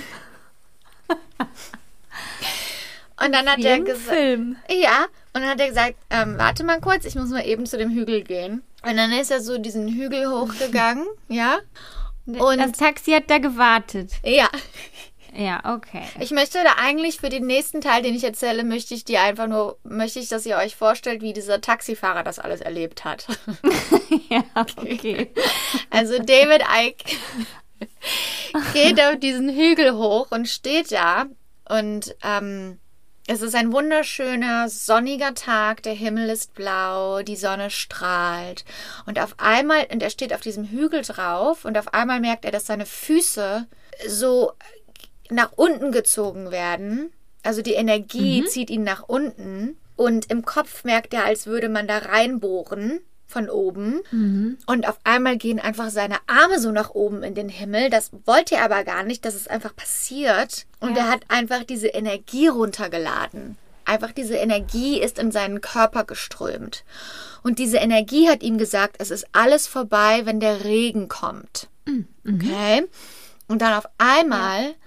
Und dann hat Wie er im gesagt... Film. Ja, und dann hat er gesagt, ähm, warte mal kurz, ich muss mal eben zu dem Hügel gehen. Und dann ist er so diesen Hügel hochgegangen, ja. Und das Taxi hat da gewartet. Ja. Ja, okay. Ich möchte da eigentlich für den nächsten Teil, den ich erzähle, möchte ich dir einfach nur, möchte ich, dass ihr euch vorstellt, wie dieser Taxifahrer das alles erlebt hat. Ja, okay. Also David Icke geht auf diesen Hügel hoch und steht da und ähm, es ist ein wunderschöner, sonniger Tag, der Himmel ist blau, die Sonne strahlt und auf einmal, und er steht auf diesem Hügel drauf und auf einmal merkt er, dass seine Füße so nach unten gezogen werden. Also die Energie mhm. zieht ihn nach unten. Und im Kopf merkt er, als würde man da reinbohren von oben. Mhm. Und auf einmal gehen einfach seine Arme so nach oben in den Himmel. Das wollte er aber gar nicht, dass es einfach passiert. Und ja. er hat einfach diese Energie runtergeladen. Einfach diese Energie ist in seinen Körper geströmt. Und diese Energie hat ihm gesagt, es ist alles vorbei, wenn der Regen kommt. Mhm. Okay? Und dann auf einmal... Ja.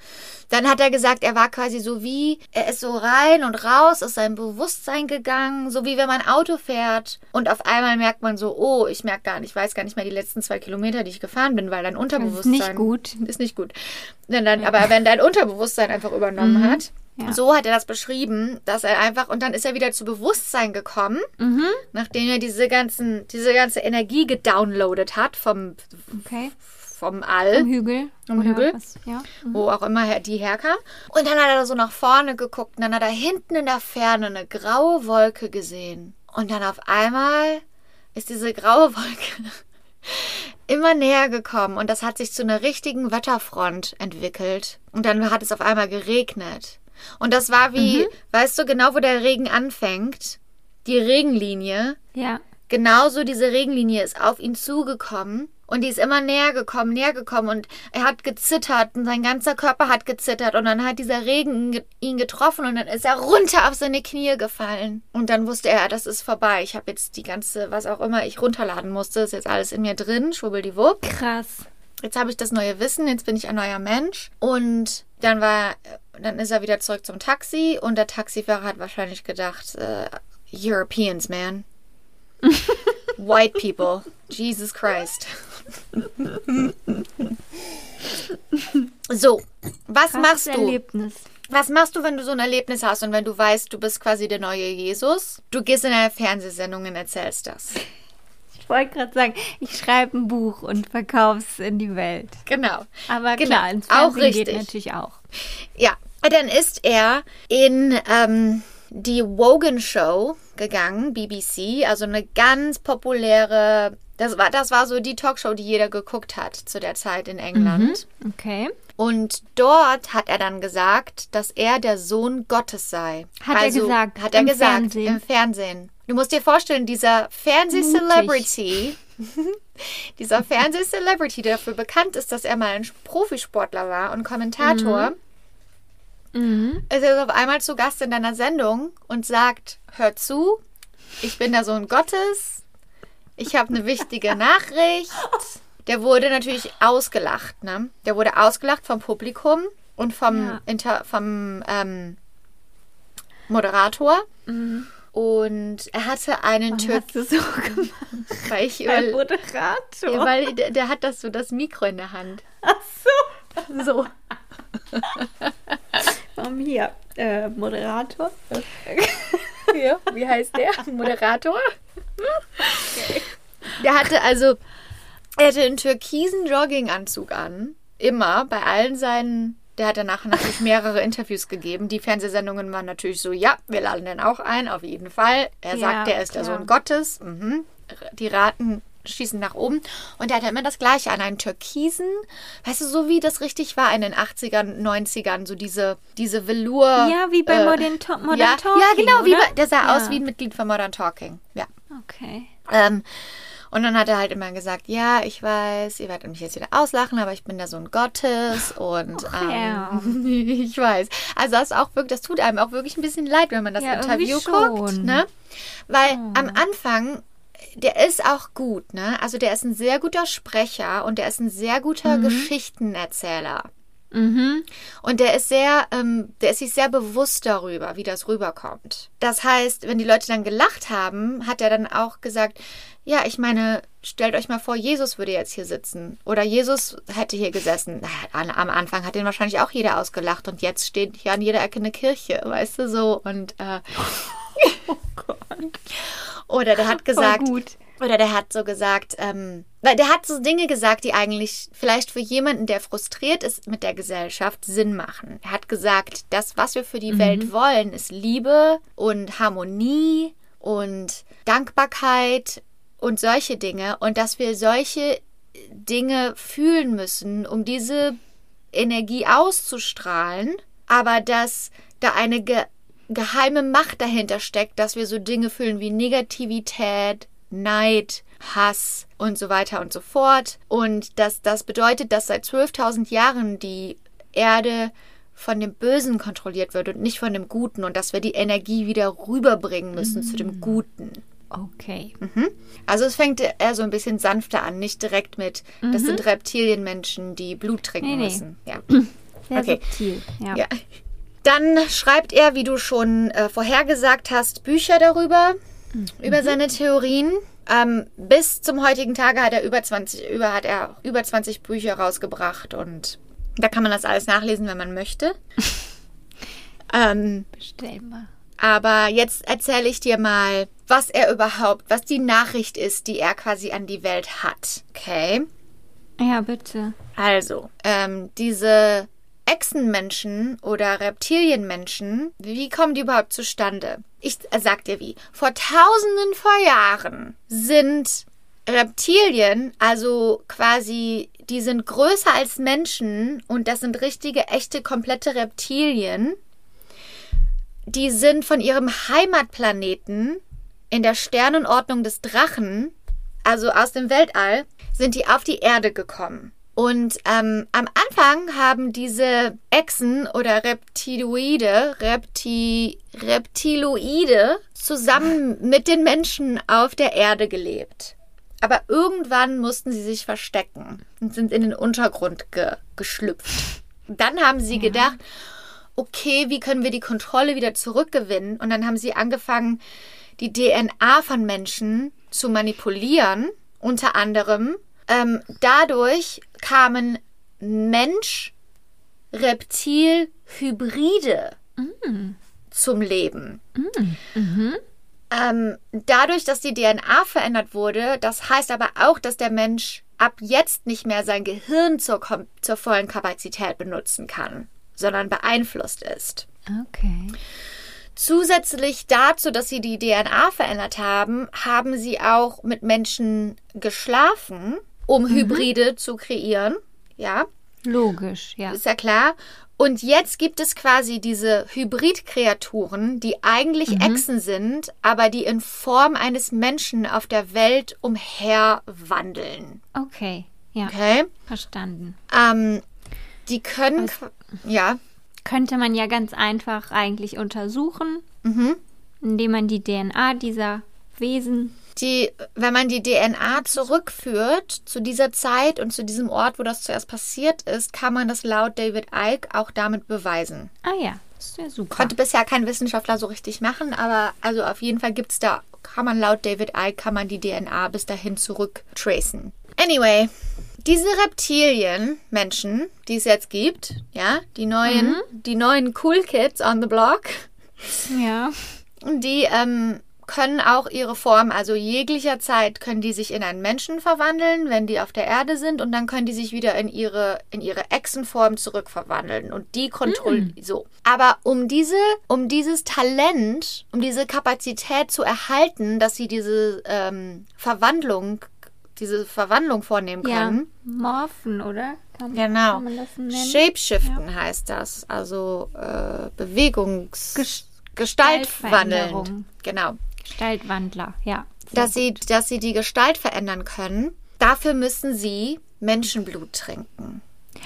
dann hat er gesagt, er war quasi so wie, er ist so rein und raus aus seinem Bewusstsein gegangen, so wie wenn man Auto fährt und auf einmal merkt man so, oh, ich merke gar nicht, ich weiß gar nicht mehr die letzten zwei Kilometer, die ich gefahren bin, weil dein Unterbewusstsein... Das ist nicht gut. Ist nicht gut. Dann, dann, ja. Aber wenn dein Unterbewusstsein einfach übernommen mhm. hat, ja. so hat er das beschrieben, dass er einfach, und dann ist er wieder zu Bewusstsein gekommen, mhm. nachdem er diese ganzen, diese ganze Energie gedownloadet hat vom... Okay. Vom All. Vom Hügel. Vom Hügel. Was, ja. mhm. Wo auch immer die herkam. Und dann hat er so nach vorne geguckt und dann hat er hinten in der Ferne eine graue Wolke gesehen. Und dann auf einmal ist diese graue Wolke immer näher gekommen und das hat sich zu einer richtigen Wetterfront entwickelt. Und dann hat es auf einmal geregnet. Und das war wie, mhm. weißt du, genau wo der Regen anfängt, die Regenlinie. Ja. Genauso diese Regenlinie ist auf ihn zugekommen. Und die ist immer näher gekommen, näher gekommen und er hat gezittert und sein ganzer Körper hat gezittert und dann hat dieser Regen ihn getroffen und dann ist er runter auf seine Knie gefallen. Und dann wusste er, das ist vorbei. Ich habe jetzt die ganze, was auch immer ich runterladen musste, ist jetzt alles in mir drin, schwubbeldiwupp. Krass. Jetzt habe ich das neue Wissen, jetzt bin ich ein neuer Mensch. Und dann war, dann ist er wieder zurück zum Taxi und der Taxifahrer hat wahrscheinlich gedacht, äh, Europeans, man. White people. Jesus Christ. So, was Krasses machst du? Erlebnis. Was machst du, wenn du so ein Erlebnis hast und wenn du weißt, du bist quasi der neue Jesus? Du gehst in eine Fernsehsendung und erzählst das. Ich wollte gerade sagen, ich schreibe ein Buch und verkaufe es in die Welt. Genau. Aber genau. klar, ins Fernsehen auch richtig. Geht natürlich auch. Ja, dann ist er in ähm, die Wogan Show gegangen, B B C, also eine ganz populäre, das war, das war so die Talkshow, die jeder geguckt hat zu der Zeit in England. Mhm, okay. Und dort hat er dann gesagt, dass er der Sohn Gottes sei. Hat also, er gesagt? Hat er im gesagt, Fernsehen. im Fernsehen. Du musst dir vorstellen, dieser Fernseh-Celebrity, dieser Fernseh-Celebrity, der dafür bekannt ist, dass er mal ein Profisportler war und Kommentator, Mhm. Mhm. ist er auf einmal zu Gast in deiner Sendung und sagt, hör zu, ich bin der Sohn Gottes, ich habe eine wichtige Nachricht. Der wurde natürlich ausgelacht, ne? Der wurde ausgelacht vom Publikum und vom, Ja. Inter, vom ähm, Moderator. Mhm. Und er hatte einen Was Türk... hast du so gemacht? Weil ich... Ein Weil, Moderator. ja, weil der, der hat das so, das Mikro in der Hand. Ach so. So. Um hier, äh, Moderator. Ja, wie heißt der? Moderator? Okay. Der hatte also... Er hatte einen türkisen Jogginganzug an. Immer, bei allen seinen... Der hat danach natürlich mehrere Interviews gegeben. Die Fernsehsendungen waren natürlich so, ja, wir laden den auch ein, auf jeden Fall. Er Ja, sagt, er ist der klar. Sohn Gottes. Mhm. Die Raten schießen nach oben. Und er hatte immer das Gleiche an, einen türkisen, weißt du, so wie das richtig war in den achtzigern, neunzigern, so diese, diese Velour... Ja, wie bei äh, Modern, to Modern ja, Talking, ja, genau, wie oder? bei, der sah Ja. aus wie ein Mitglied von Modern Talking. Ja. Okay. Ähm, und dann hat er halt immer gesagt, ja, ich weiß, ihr werdet mich jetzt wieder auslachen, aber ich bin der Sohn Gottes und Ach, ähm, ja. ich weiß. Also das ist auch wirklich, das tut einem auch wirklich ein bisschen leid, wenn man das Ja, Interview irgendwie guckt, schon. ne? Weil Oh. am Anfang, der ist auch gut, ne? Also der ist ein sehr guter Sprecher und der ist ein sehr guter Mhm. Geschichtenerzähler. Mhm. Und der ist sehr, ähm, der ist sich sehr bewusst darüber, wie das rüberkommt. Das heißt, wenn die Leute dann gelacht haben, hat er dann auch gesagt, ja, ich meine, stellt euch mal vor, Jesus würde jetzt hier sitzen. Oder Jesus hätte hier gesessen. An, am Anfang hat den wahrscheinlich auch jeder ausgelacht und jetzt steht hier an jeder Ecke eine Kirche, weißt du, so. Und, äh, Oh Gott. oder der hat gesagt, Voll gut. oder der hat so gesagt, ähm, weil der hat so Dinge gesagt, die eigentlich vielleicht für jemanden, der frustriert ist mit der Gesellschaft, Sinn machen. Er hat gesagt, das, was wir für die Mhm. Welt wollen, ist Liebe und Harmonie und Dankbarkeit und solche Dinge. Und dass wir solche Dinge fühlen müssen, um diese Energie auszustrahlen, aber dass da eine ge geheime Macht dahinter steckt, dass wir so Dinge fühlen wie Negativität, Neid, Hass und so weiter und so fort. Und dass das bedeutet, dass seit zwölftausend Jahren die Erde von dem Bösen kontrolliert wird und nicht von dem Guten und dass wir die Energie wieder rüberbringen müssen zu dem Guten. Okay. Mhm. Also es fängt eher so ein bisschen sanfter an, nicht direkt mit, das sind Reptilienmenschen, die Blut trinken Nee, nee. müssen. Ja. Sehr Okay. subtil, ja. Ja. Dann schreibt er, wie du schon äh, vorhergesagt hast, Bücher darüber, mhm. über seine Theorien. Ähm, bis zum heutigen Tage hat er über zwanzig, über, hat er über zwanzig Bücher rausgebracht und da kann man das alles nachlesen, wenn man möchte. ähm, Bestellbar. aber jetzt erzähle ich dir mal, was er überhaupt, was die Nachricht ist, die er quasi an die Welt hat. Okay? Ja, bitte. Also, ähm, diese Echsenmenschen oder Reptilienmenschen, wie kommen die überhaupt zustande? Ich äh, sag dir wie. Vor tausenden von Jahren sind Reptilien, also quasi, die sind größer als Menschen und das sind richtige, echte, komplette Reptilien. Die sind von ihrem Heimatplaneten in der Sternenordnung des Drachen, also aus dem Weltall, sind die auf die Erde gekommen. Und ähm, am Anfang haben diese Echsen oder Reptiloide, Repti, Reptiloide zusammen mit den Menschen auf der Erde gelebt. Aber irgendwann mussten sie sich verstecken und sind in den Untergrund ge- geschlüpft. Dann haben sie ja. gedacht, okay, wie können wir die Kontrolle wieder zurückgewinnen? Und dann haben sie angefangen, die D N A von Menschen zu manipulieren, unter anderem. Ähm, dadurch kamen Mensch-Reptil-Hybride mm. zum Leben. Mm. Mhm. Ähm, dadurch, dass die D N A verändert wurde, das heißt aber auch, dass der Mensch ab jetzt nicht mehr sein Gehirn zur, zur vollen Kapazität benutzen kann, sondern beeinflusst ist. Okay. Zusätzlich dazu, dass sie die D N A verändert haben, haben sie auch mit Menschen geschlafen, um mhm. Hybride zu kreieren. Ja. Logisch, ja. Ist ja klar. Und jetzt gibt es quasi diese Hybridkreaturen, die eigentlich mhm. Echsen sind, aber die in Form eines Menschen auf der Welt umherwandeln. Okay, ja. Okay. Verstanden. Ähm, die können, Was? ja. Könnte man ja ganz einfach eigentlich untersuchen, Mhm. indem man die D N A dieser Wesen... Die, wenn man die D N A zurückführt zu dieser Zeit und zu diesem Ort, wo das zuerst passiert ist, kann man das laut David Icke auch damit beweisen. Ah ja, das ist ja super. Konnte bisher kein Wissenschaftler so richtig machen, aber also auf jeden Fall gibt's da, kann man laut David Icke, kann man die D N A bis dahin zurücktracen. Anyway, diese Reptilien-Menschen, die es jetzt gibt, ja, die neuen, mhm. die neuen Cool Kids on the block, ja, die ähm, können auch ihre Form, also jeglicher Zeit können die sich in einen Menschen verwandeln, wenn die auf der Erde sind, und dann können die sich wieder in ihre in ihre Echsenform zurückverwandeln und die kontrollieren mm. so. Aber um diese um dieses Talent, um diese Kapazität zu erhalten, dass sie diese ähm, Verwandlung diese Verwandlung vornehmen können. Ja, morphen, oder? Kann, genau. Kann man das nennen? Shapeshiften ja. heißt das, also äh, Bewegungs Ges- Gestalt wandeln. Genau. Gestaltwandler, ja. Dass sie, dass sie die Gestalt verändern können. Dafür müssen sie Menschenblut trinken.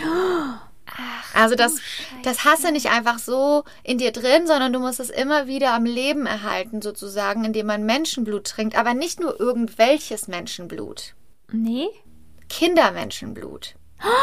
Ach, also das, oh, das hast du nicht einfach so in dir drin, sondern du musst es immer wieder am Leben erhalten, sozusagen, indem man Menschenblut trinkt. Aber nicht nur irgendwelches Menschenblut. Nee? Kindermenschenblut.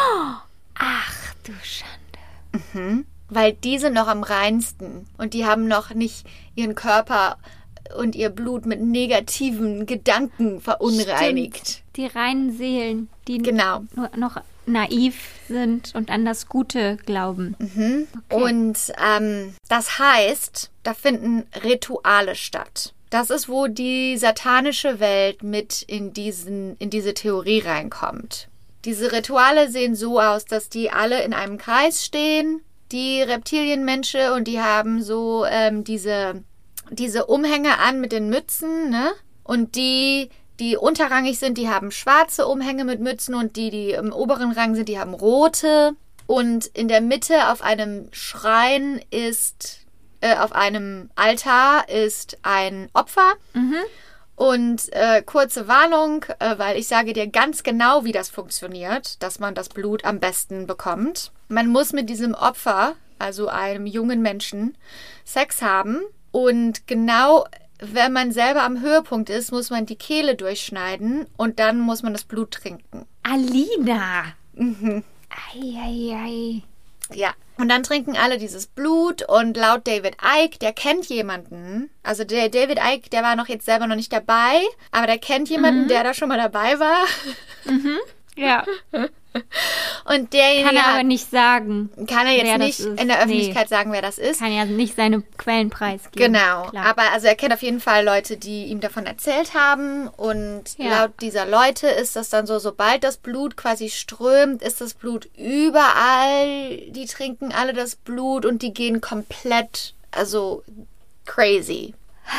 Ach, du Schande. Mhm. Weil die sind noch am reinsten und die haben noch nicht ihren Körper und ihr Blut mit negativen Gedanken verunreinigt. Stimmt. Die reinen Seelen, die genau. nur noch naiv sind und an das Gute glauben. Mhm. Okay. Und ähm, das heißt, da finden Rituale statt. Das ist, wo die satanische Welt mit in, diesen, in diese Theorie reinkommt. Diese Rituale sehen so aus, dass die alle in einem Kreis stehen, die Reptilienmenschen, und die haben so ähm, diese, diese Umhänge an mit den Mützen, ne? Und die, die unterrangig sind, die haben schwarze Umhänge mit Mützen, und die, die im oberen Rang sind, die haben rote. Und in der Mitte auf einem Schrein ist, äh, auf einem Altar ist ein Opfer. Mhm. Und äh, kurze Warnung, äh, weil ich sage dir ganz genau, wie das funktioniert, dass man das Blut am besten bekommt. Man muss mit diesem Opfer, also einem jungen Menschen, Sex haben. Und genau, wenn man selber am Höhepunkt ist, muss man die Kehle durchschneiden und dann muss man das Blut trinken. Alina! Mhm. Ei, ei, ei. Ja. Und dann trinken alle dieses Blut und laut David Icke, der kennt jemanden, also der David Icke, der war noch jetzt selber noch nicht dabei, aber der kennt jemanden, mhm. der da schon mal dabei war. Mhm. Ja. Und derjenige kann er hat, aber nicht sagen. Kann er jetzt nicht in der Öffentlichkeit nee. sagen, wer das ist. Kann ja nicht seine Quellen preisgeben. Genau. Klar. Aber also er kennt auf jeden Fall Leute, die ihm davon erzählt haben. Und ja. laut dieser Leute ist das dann so, sobald das Blut quasi strömt, ist das Blut überall. Die trinken alle das Blut und die gehen komplett, also crazy.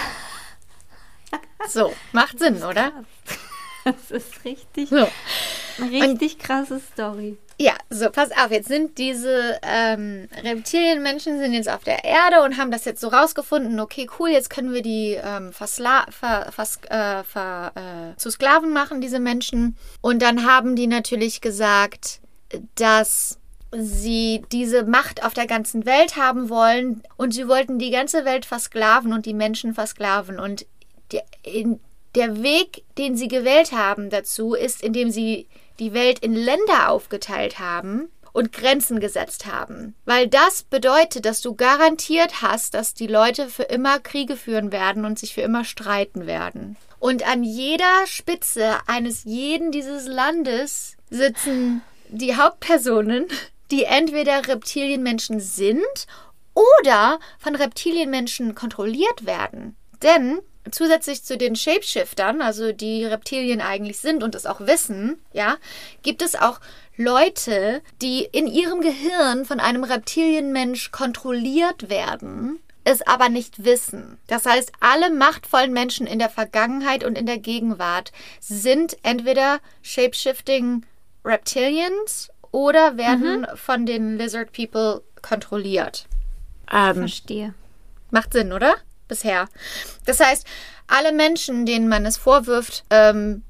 So, macht Sinn, oder? Das ist richtig, so. eine richtig und, krasse Story. Ja, so, pass auf, jetzt sind diese ähm, Reptilienmenschen sind jetzt auf der Erde und haben das jetzt so rausgefunden, okay, cool, jetzt können wir die ähm, versla- ver, vers- äh, ver, äh, zu Sklaven machen, diese Menschen. Und dann haben die natürlich gesagt, dass sie diese Macht auf der ganzen Welt haben wollen und sie wollten die ganze Welt versklaven und die Menschen versklaven. Und die, in Der Weg, den sie gewählt haben dazu, ist, indem sie die Welt in Länder aufgeteilt haben und Grenzen gesetzt haben. Weil das bedeutet, dass du garantiert hast, dass die Leute für immer Kriege führen werden und sich für immer streiten werden. Und an jeder Spitze eines jeden dieses Landes sitzen die Hauptpersonen, die entweder Reptilienmenschen sind oder von Reptilienmenschen kontrolliert werden. Denn zusätzlich zu den Shapeshiftern, also die Reptilien eigentlich sind und es auch wissen, ja, gibt es auch Leute, die in ihrem Gehirn von einem Reptilienmensch kontrolliert werden, es aber nicht wissen. Das heißt, alle machtvollen Menschen in der Vergangenheit und in der Gegenwart sind entweder Shapeshifting Reptilians oder werden mhm. von den Lizard People kontrolliert. Ähm, Verstehe. Macht Sinn, oder? Bisher. Das heißt, alle Menschen, denen man es vorwirft, ähm,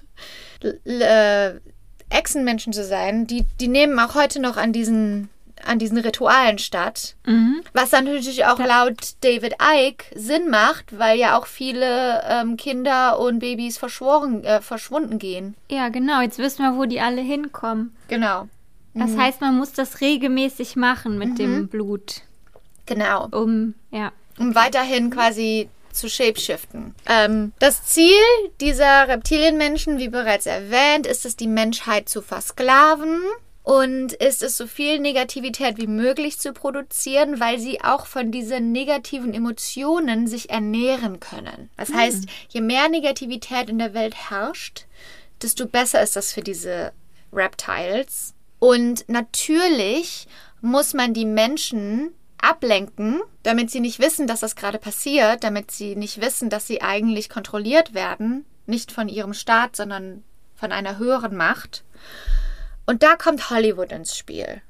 äh, Echsenmenschen zu sein, die, die nehmen auch heute noch an diesen, an diesen Ritualen statt. Mhm. Was dann natürlich auch laut David Icke Sinn macht, weil ja auch viele ähm, Kinder und Babys verschworen, äh, verschwunden gehen. Ja, genau. Jetzt wissen wir, wo die alle hinkommen. Genau. Das mhm. heißt, man muss das regelmäßig machen mit mhm. dem Blut. Genau. Um, ja. Um weiterhin quasi zu shapeshiften. Ähm, das Ziel dieser Reptilienmenschen, wie bereits erwähnt, ist es, die Menschheit zu versklaven und ist es, so viel Negativität wie möglich zu produzieren, weil sie auch von diesen negativen Emotionen sich ernähren können. Das mhm. heißt, je mehr Negativität in der Welt herrscht, desto besser ist das für diese Reptiles. Und natürlich muss man die Menschen ablenken, damit sie nicht wissen, dass das gerade passiert, damit sie nicht wissen, dass sie eigentlich kontrolliert werden, nicht von ihrem Staat, sondern von einer höheren Macht. Und da kommt Hollywood ins Spiel.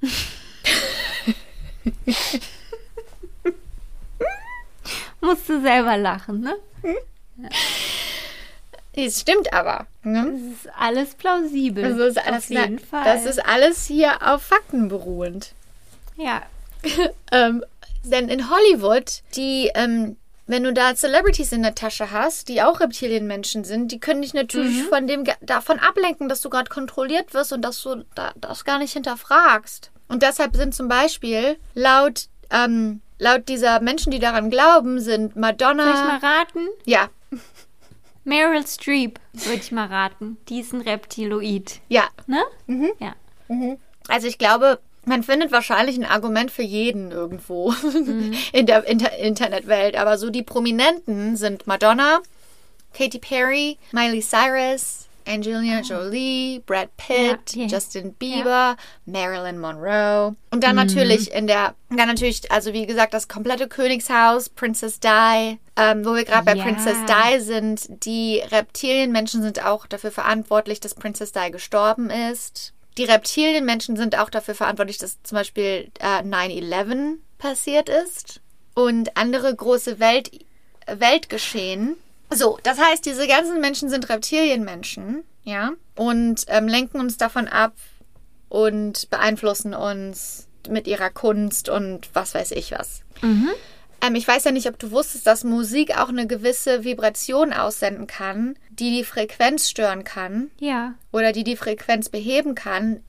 Musst du selber lachen, ne? Ja. Es stimmt aber. Ne? Das ist alles plausibel. Also ist alles, auf jeden na, Fall. Das ist alles hier auf Fakten beruhend. Ja. ähm, denn in Hollywood, die, ähm, wenn du da Celebrities in der Tasche hast, die auch Reptilienmenschen sind, die können dich natürlich mhm. von dem davon ablenken, dass du gerade kontrolliert wirst und dass du da, das gar nicht hinterfragst. Und deshalb sind zum Beispiel laut, ähm, laut dieser Menschen, die daran glauben, sind Madonna... Soll ich mal raten? Ja. Meryl Streep, würde ich mal raten. Die ist ein Reptiloid. Ja. Ne? Mhm. Ja. Mhm. Also ich glaube... Man findet wahrscheinlich ein Argument für jeden irgendwo mhm. in der Inter- Internetwelt. Aber so die Prominenten sind Madonna, Katy Perry, Miley Cyrus, Angelina oh. Jolie, Brad Pitt, ja, yeah. Justin Bieber, ja. Marilyn Monroe. Und dann mhm. natürlich in der, dann natürlich, also wie gesagt, das komplette Königshaus, Princess Di, ähm, wo wir gerade bei ja. Princess Di sind. Die Reptilienmenschen sind auch dafür verantwortlich, dass Princess Di gestorben ist. Die Reptilienmenschen sind auch dafür verantwortlich, dass zum Beispiel äh, nine eleven passiert ist und andere große Welt, Weltgeschehen. So, das heißt, diese ganzen Menschen sind Reptilienmenschen, ja, und ähm, lenken uns davon ab und beeinflussen uns mit ihrer Kunst und was weiß ich was. Mhm. Ähm, ich weiß ja nicht, ob du wusstest, dass Musik auch eine gewisse Vibration aussenden kann, die die Frequenz stören kann. Ja. Oder die die Frequenz beheben kann,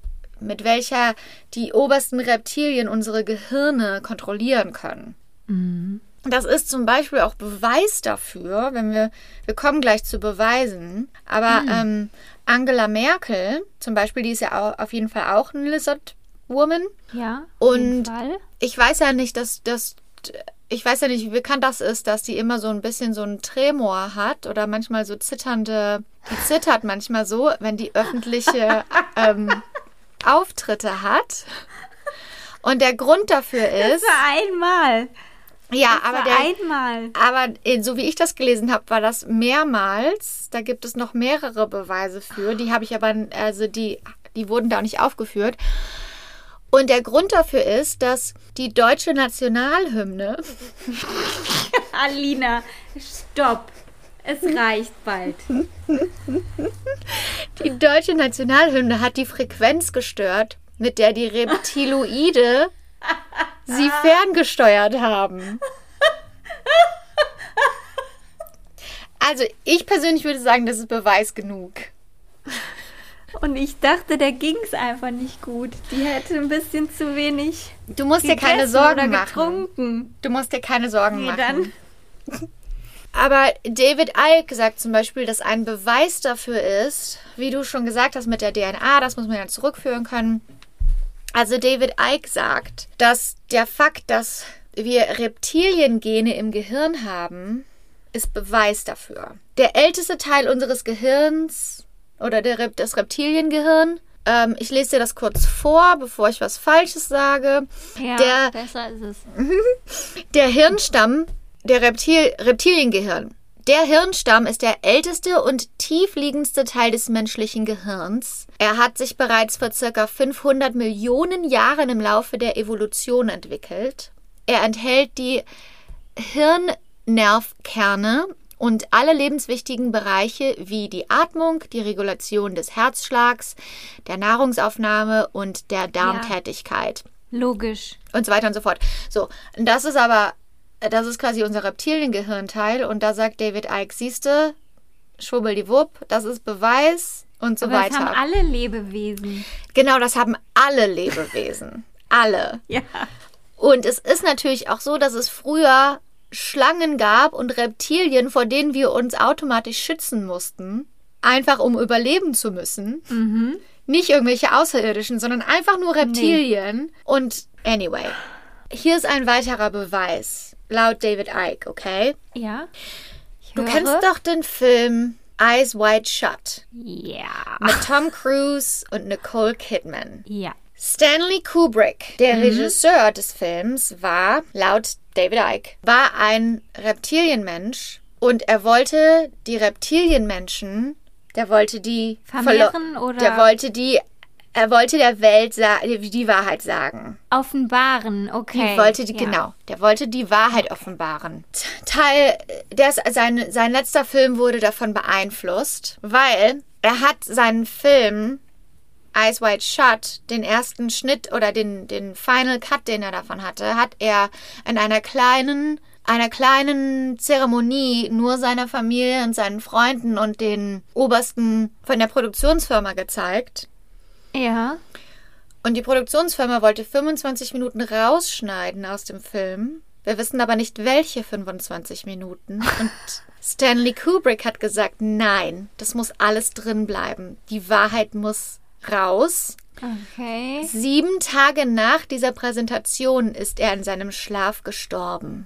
mit welcher die obersten Reptilien unsere Gehirne kontrollieren können. Mhm. Das ist zum Beispiel auch Beweis dafür, wenn wir, wir kommen gleich zu Beweisen, aber Mhm. ähm, Angela Merkel zum Beispiel, die ist ja auch, auf jeden Fall auch ein Lizard Woman. Ja, auf jeden Und Fall. ich weiß ja nicht, dass das, ich weiß ja nicht, wie bekannt das ist, dass die immer so ein bisschen so einen Tremor hat oder manchmal so zitternde, die zittert manchmal so, wenn die öffentliche ähm, Auftritte hat. Und der Grund dafür Das ist, war einmal. ja, Das aber war der, einmal. aber äh, so wie ich das gelesen habe, war das mehrmals. Da gibt es noch mehrere Beweise für. Die habe ich aber, also die, die wurden da auch nicht aufgeführt. Und der Grund dafür ist, dass die deutsche Nationalhymne, Alina, stopp. Es reicht bald. die deutsche Nationalhymne hat die Frequenz gestört, mit der die Reptiloide sie ferngesteuert haben. Also ich persönlich würde sagen, das ist Beweis genug. Und ich dachte, der ging es einfach nicht gut. Die hätte ein bisschen zu wenig Du musst dir keine gegessen Sorgen oder machen. getrunken. Du musst dir keine Sorgen Nee, machen. dann. Aber David Icke sagt zum Beispiel, dass ein Beweis dafür ist, wie du schon gesagt hast mit der D N A, das muss man ja zurückführen können. Also David Icke sagt, dass der Fakt, dass wir Reptiliengene im Gehirn haben, ist Beweis dafür. Der älteste Teil unseres Gehirns oder der, das Reptiliengehirn, ähm, ich lese dir das kurz vor, bevor ich was Falsches sage. Ja, Der- besser ist es. Der Hirnstamm, der Reptil, Reptiliengehirn. Der Hirnstamm ist der älteste und tiefliegendste Teil des menschlichen Gehirns. Er hat sich bereits vor circa fünfhundert Millionen Jahren im Laufe der Evolution entwickelt. Er enthält die Hirnnervkerne und alle lebenswichtigen Bereiche wie die Atmung, die Regulation des Herzschlags, der Nahrungsaufnahme und der Darmtätigkeit. Logisch. Und so weiter und so fort. So, und das ist aber, das ist quasi unser Reptiliengehirnteil und da sagt David Icke, siehste, schwubbeldiwupp, das ist Beweis und so Aber weiter. das haben alle Lebewesen. Genau, das haben alle Lebewesen. Alle. Ja. Und es ist natürlich auch so, dass es früher Schlangen gab und Reptilien, vor denen wir uns automatisch schützen mussten, einfach um überleben zu müssen. Mhm. Nicht irgendwelche Außerirdischen, sondern einfach nur Reptilien. Und anyway, hier ist ein weiterer Beweis, laut David Icke, okay? Ja. Ich Du höre. kennst doch den Film Eyes Wide Shut Ja. mit Tom Cruise und Nicole Kidman. Ja. Stanley Kubrick, der Regisseur des Films, war, laut David Icke, war ein Reptilienmensch und er wollte die Reptilienmenschen, der wollte die Vermehren verlo- oder- der wollte die, er wollte der Welt sa- die, die Wahrheit sagen. Offenbaren, okay. Die wollte die, ja. genau, der wollte die Wahrheit offenbaren. Teil, der, sein, sein letzter Film wurde davon beeinflusst, weil er hat seinen Film Eyes Wide Shut, den ersten Schnitt oder den, den Final Cut, den er davon hatte, hat er in einer kleinen, einer kleinen Zeremonie nur seiner Familie und seinen Freunden und den Obersten von der Produktionsfirma gezeigt. Ja. Und die Produktionsfirma wollte fünfundzwanzig Minuten rausschneiden aus dem Film. Wir wissen aber nicht, welche fünfundzwanzig Minuten. Und Stanley Kubrick hat gesagt, nein, das muss alles drin bleiben. Die Wahrheit muss raus. Okay. Sieben Tage nach dieser Präsentation ist er in seinem Schlaf gestorben.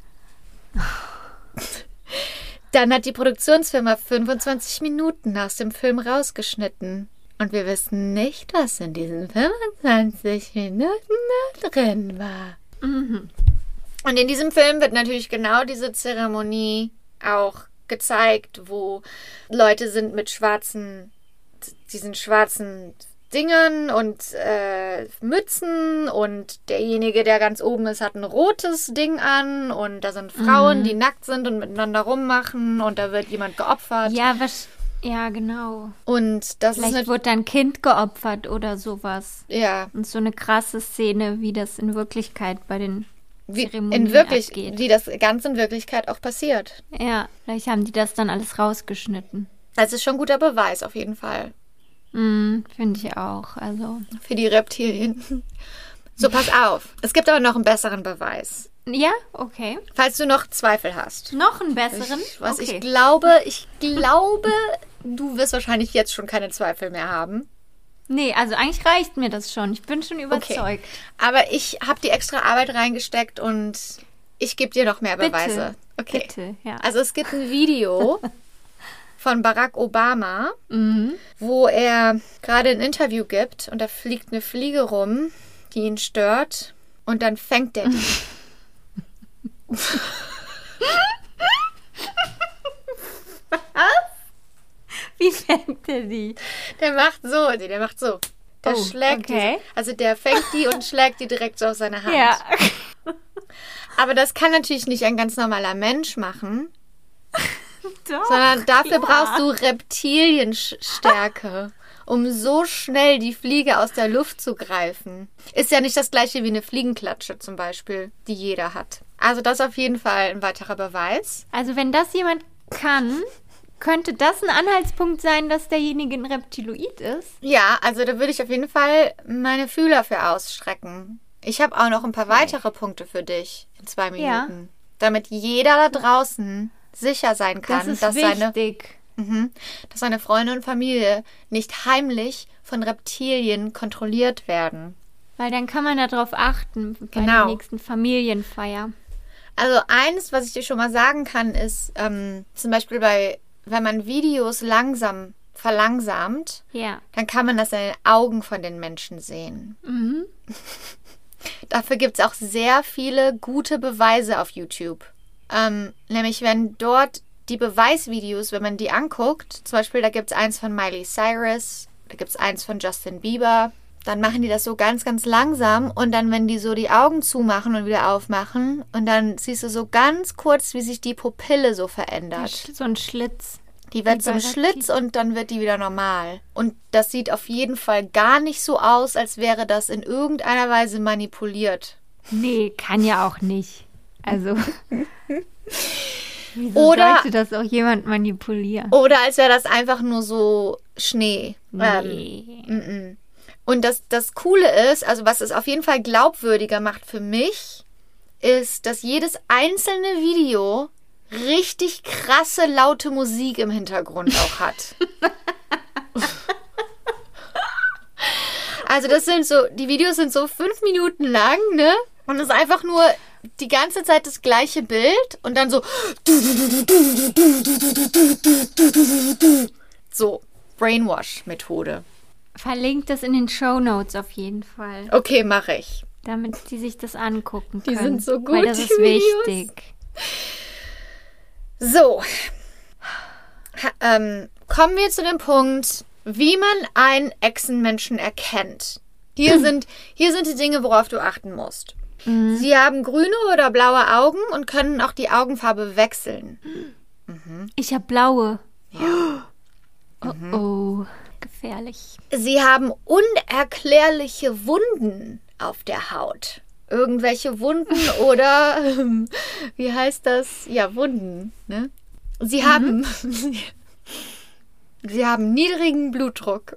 Dann hat die Produktionsfirma fünfundzwanzig Minuten aus dem Film rausgeschnitten. Und wir wissen nicht, was in diesen fünfundzwanzig Minuten da drin war. Mhm. Und in diesem Film wird natürlich genau diese Zeremonie auch gezeigt, wo Leute sind mit schwarzen, diesen schwarzen Dingern und äh, Mützen und derjenige, der ganz oben ist, hat ein rotes Ding an und da sind Frauen, Mhm. die nackt sind und miteinander rummachen und da wird jemand geopfert. Ja, was. Ja, genau. Und das Vielleicht ist eine, wurde ein Kind geopfert oder sowas. ja, Und so eine krasse Szene, wie das in Wirklichkeit bei den wie, Zeremonien in wirklich, abgeht. wie das Ganze in Wirklichkeit auch passiert. Ja, vielleicht haben die das dann alles rausgeschnitten. Das ist schon ein guter Beweis, auf jeden Fall. Mm, finde ich auch. Also. Für die Reptilien. So, pass auf. Es gibt aber noch einen besseren Beweis. Ja, okay. Falls du noch Zweifel hast. Noch einen besseren? Ich, was okay. ich glaube, ich glaube, du wirst wahrscheinlich jetzt schon keine Zweifel mehr haben. Nee, also eigentlich reicht mir das schon. Ich bin schon überzeugt. Okay. Aber ich habe die extra Arbeit reingesteckt und ich gebe dir noch mehr Beweise. Bitte, Okay. bitte, ja. Also es gibt ein Video von Barack Obama, Mhm. wo er gerade ein Interview gibt und da fliegt eine Fliege rum, die ihn stört und dann fängt er die. Wie fängt er die? Der macht so, nee, der macht so. Der Oh, schlägt okay. die. Also der fängt die und schlägt die direkt so auf seine Hand. Ja. Aber das kann natürlich nicht ein ganz normaler Mensch machen, Doch, sondern dafür klar. brauchst du Reptilienstärke, um so schnell die Fliege aus der Luft zu greifen. Ist ja nicht das gleiche wie eine Fliegenklatsche zum Beispiel, die jeder hat. Also das ist auf jeden Fall ein weiterer Beweis. Also wenn das jemand kann, könnte das ein Anhaltspunkt sein, dass derjenige ein Reptiloid ist? Ja, also da würde ich auf jeden Fall meine Fühler für ausstrecken. Ich habe auch noch ein paar weitere Punkte für dich in zwei Minuten. Ja. Damit jeder da draußen sicher sein kann, Das ist dass, seine, wichtig. mhm, dass seine Freunde und Familie nicht heimlich von Reptilien kontrolliert werden. Weil dann kann man darauf achten bei Genau. der nächsten Familienfeier. Also eins, was ich dir schon mal sagen kann, ist ähm, zum Beispiel bei, wenn man Videos langsam verlangsamt, Ja. dann kann man das in den Augen von den Menschen sehen. Mhm. Dafür gibt es auch sehr viele gute Beweise auf YouTube. Ähm, nämlich wenn dort die Beweisvideos, wenn man die anguckt, zum Beispiel da gibt es eins von Miley Cyrus, da gibt es eins von Justin Bieber, dann machen die das so ganz, ganz langsam und dann, wenn die so die Augen zumachen und wieder aufmachen und dann siehst du so ganz kurz, wie sich die Pupille so verändert. So ein Schlitz. Die wird Wie zum bei Schlitz und dann wird die wieder normal. Und das sieht auf jeden Fall gar nicht so aus, als wäre das in irgendeiner Weise manipuliert. Nee, kann ja auch nicht. Also, wieso Oder- sollte das auch jemand manipulieren? Oder als wäre das einfach nur so Schnee. Ähm, Nee. mm-mm. Und das, das Coole ist, also was es auf jeden Fall glaubwürdiger macht für mich, ist, dass jedes einzelne Video richtig krasse, laute Musik im Hintergrund auch hat. Also das sind so, die Videos sind so fünf Minuten lang, ne? Und es ist einfach nur die ganze Zeit das gleiche Bild und dann so so, Brainwash-Methode. Verlinkt das in den Shownotes auf jeden Fall, Okay, mache ich. damit sie sich das angucken Die können. sind so gut, Weil das die ist Videos. wichtig. So, ha, ähm, kommen wir zu dem Punkt, wie man einen Echsenmenschen erkennt. Hier sind, hier sind die Dinge, worauf du achten musst. Sie haben grüne oder blaue Augen und können auch die Augenfarbe wechseln. Ich habe blaue. Oh, oh. Gefährlich. Sie haben unerklärliche Wunden auf der Haut. Irgendwelche Wunden oder, ähm, wie heißt das? Ja, Wunden. Ne? Sie haben, sie haben niedrigen Blutdruck.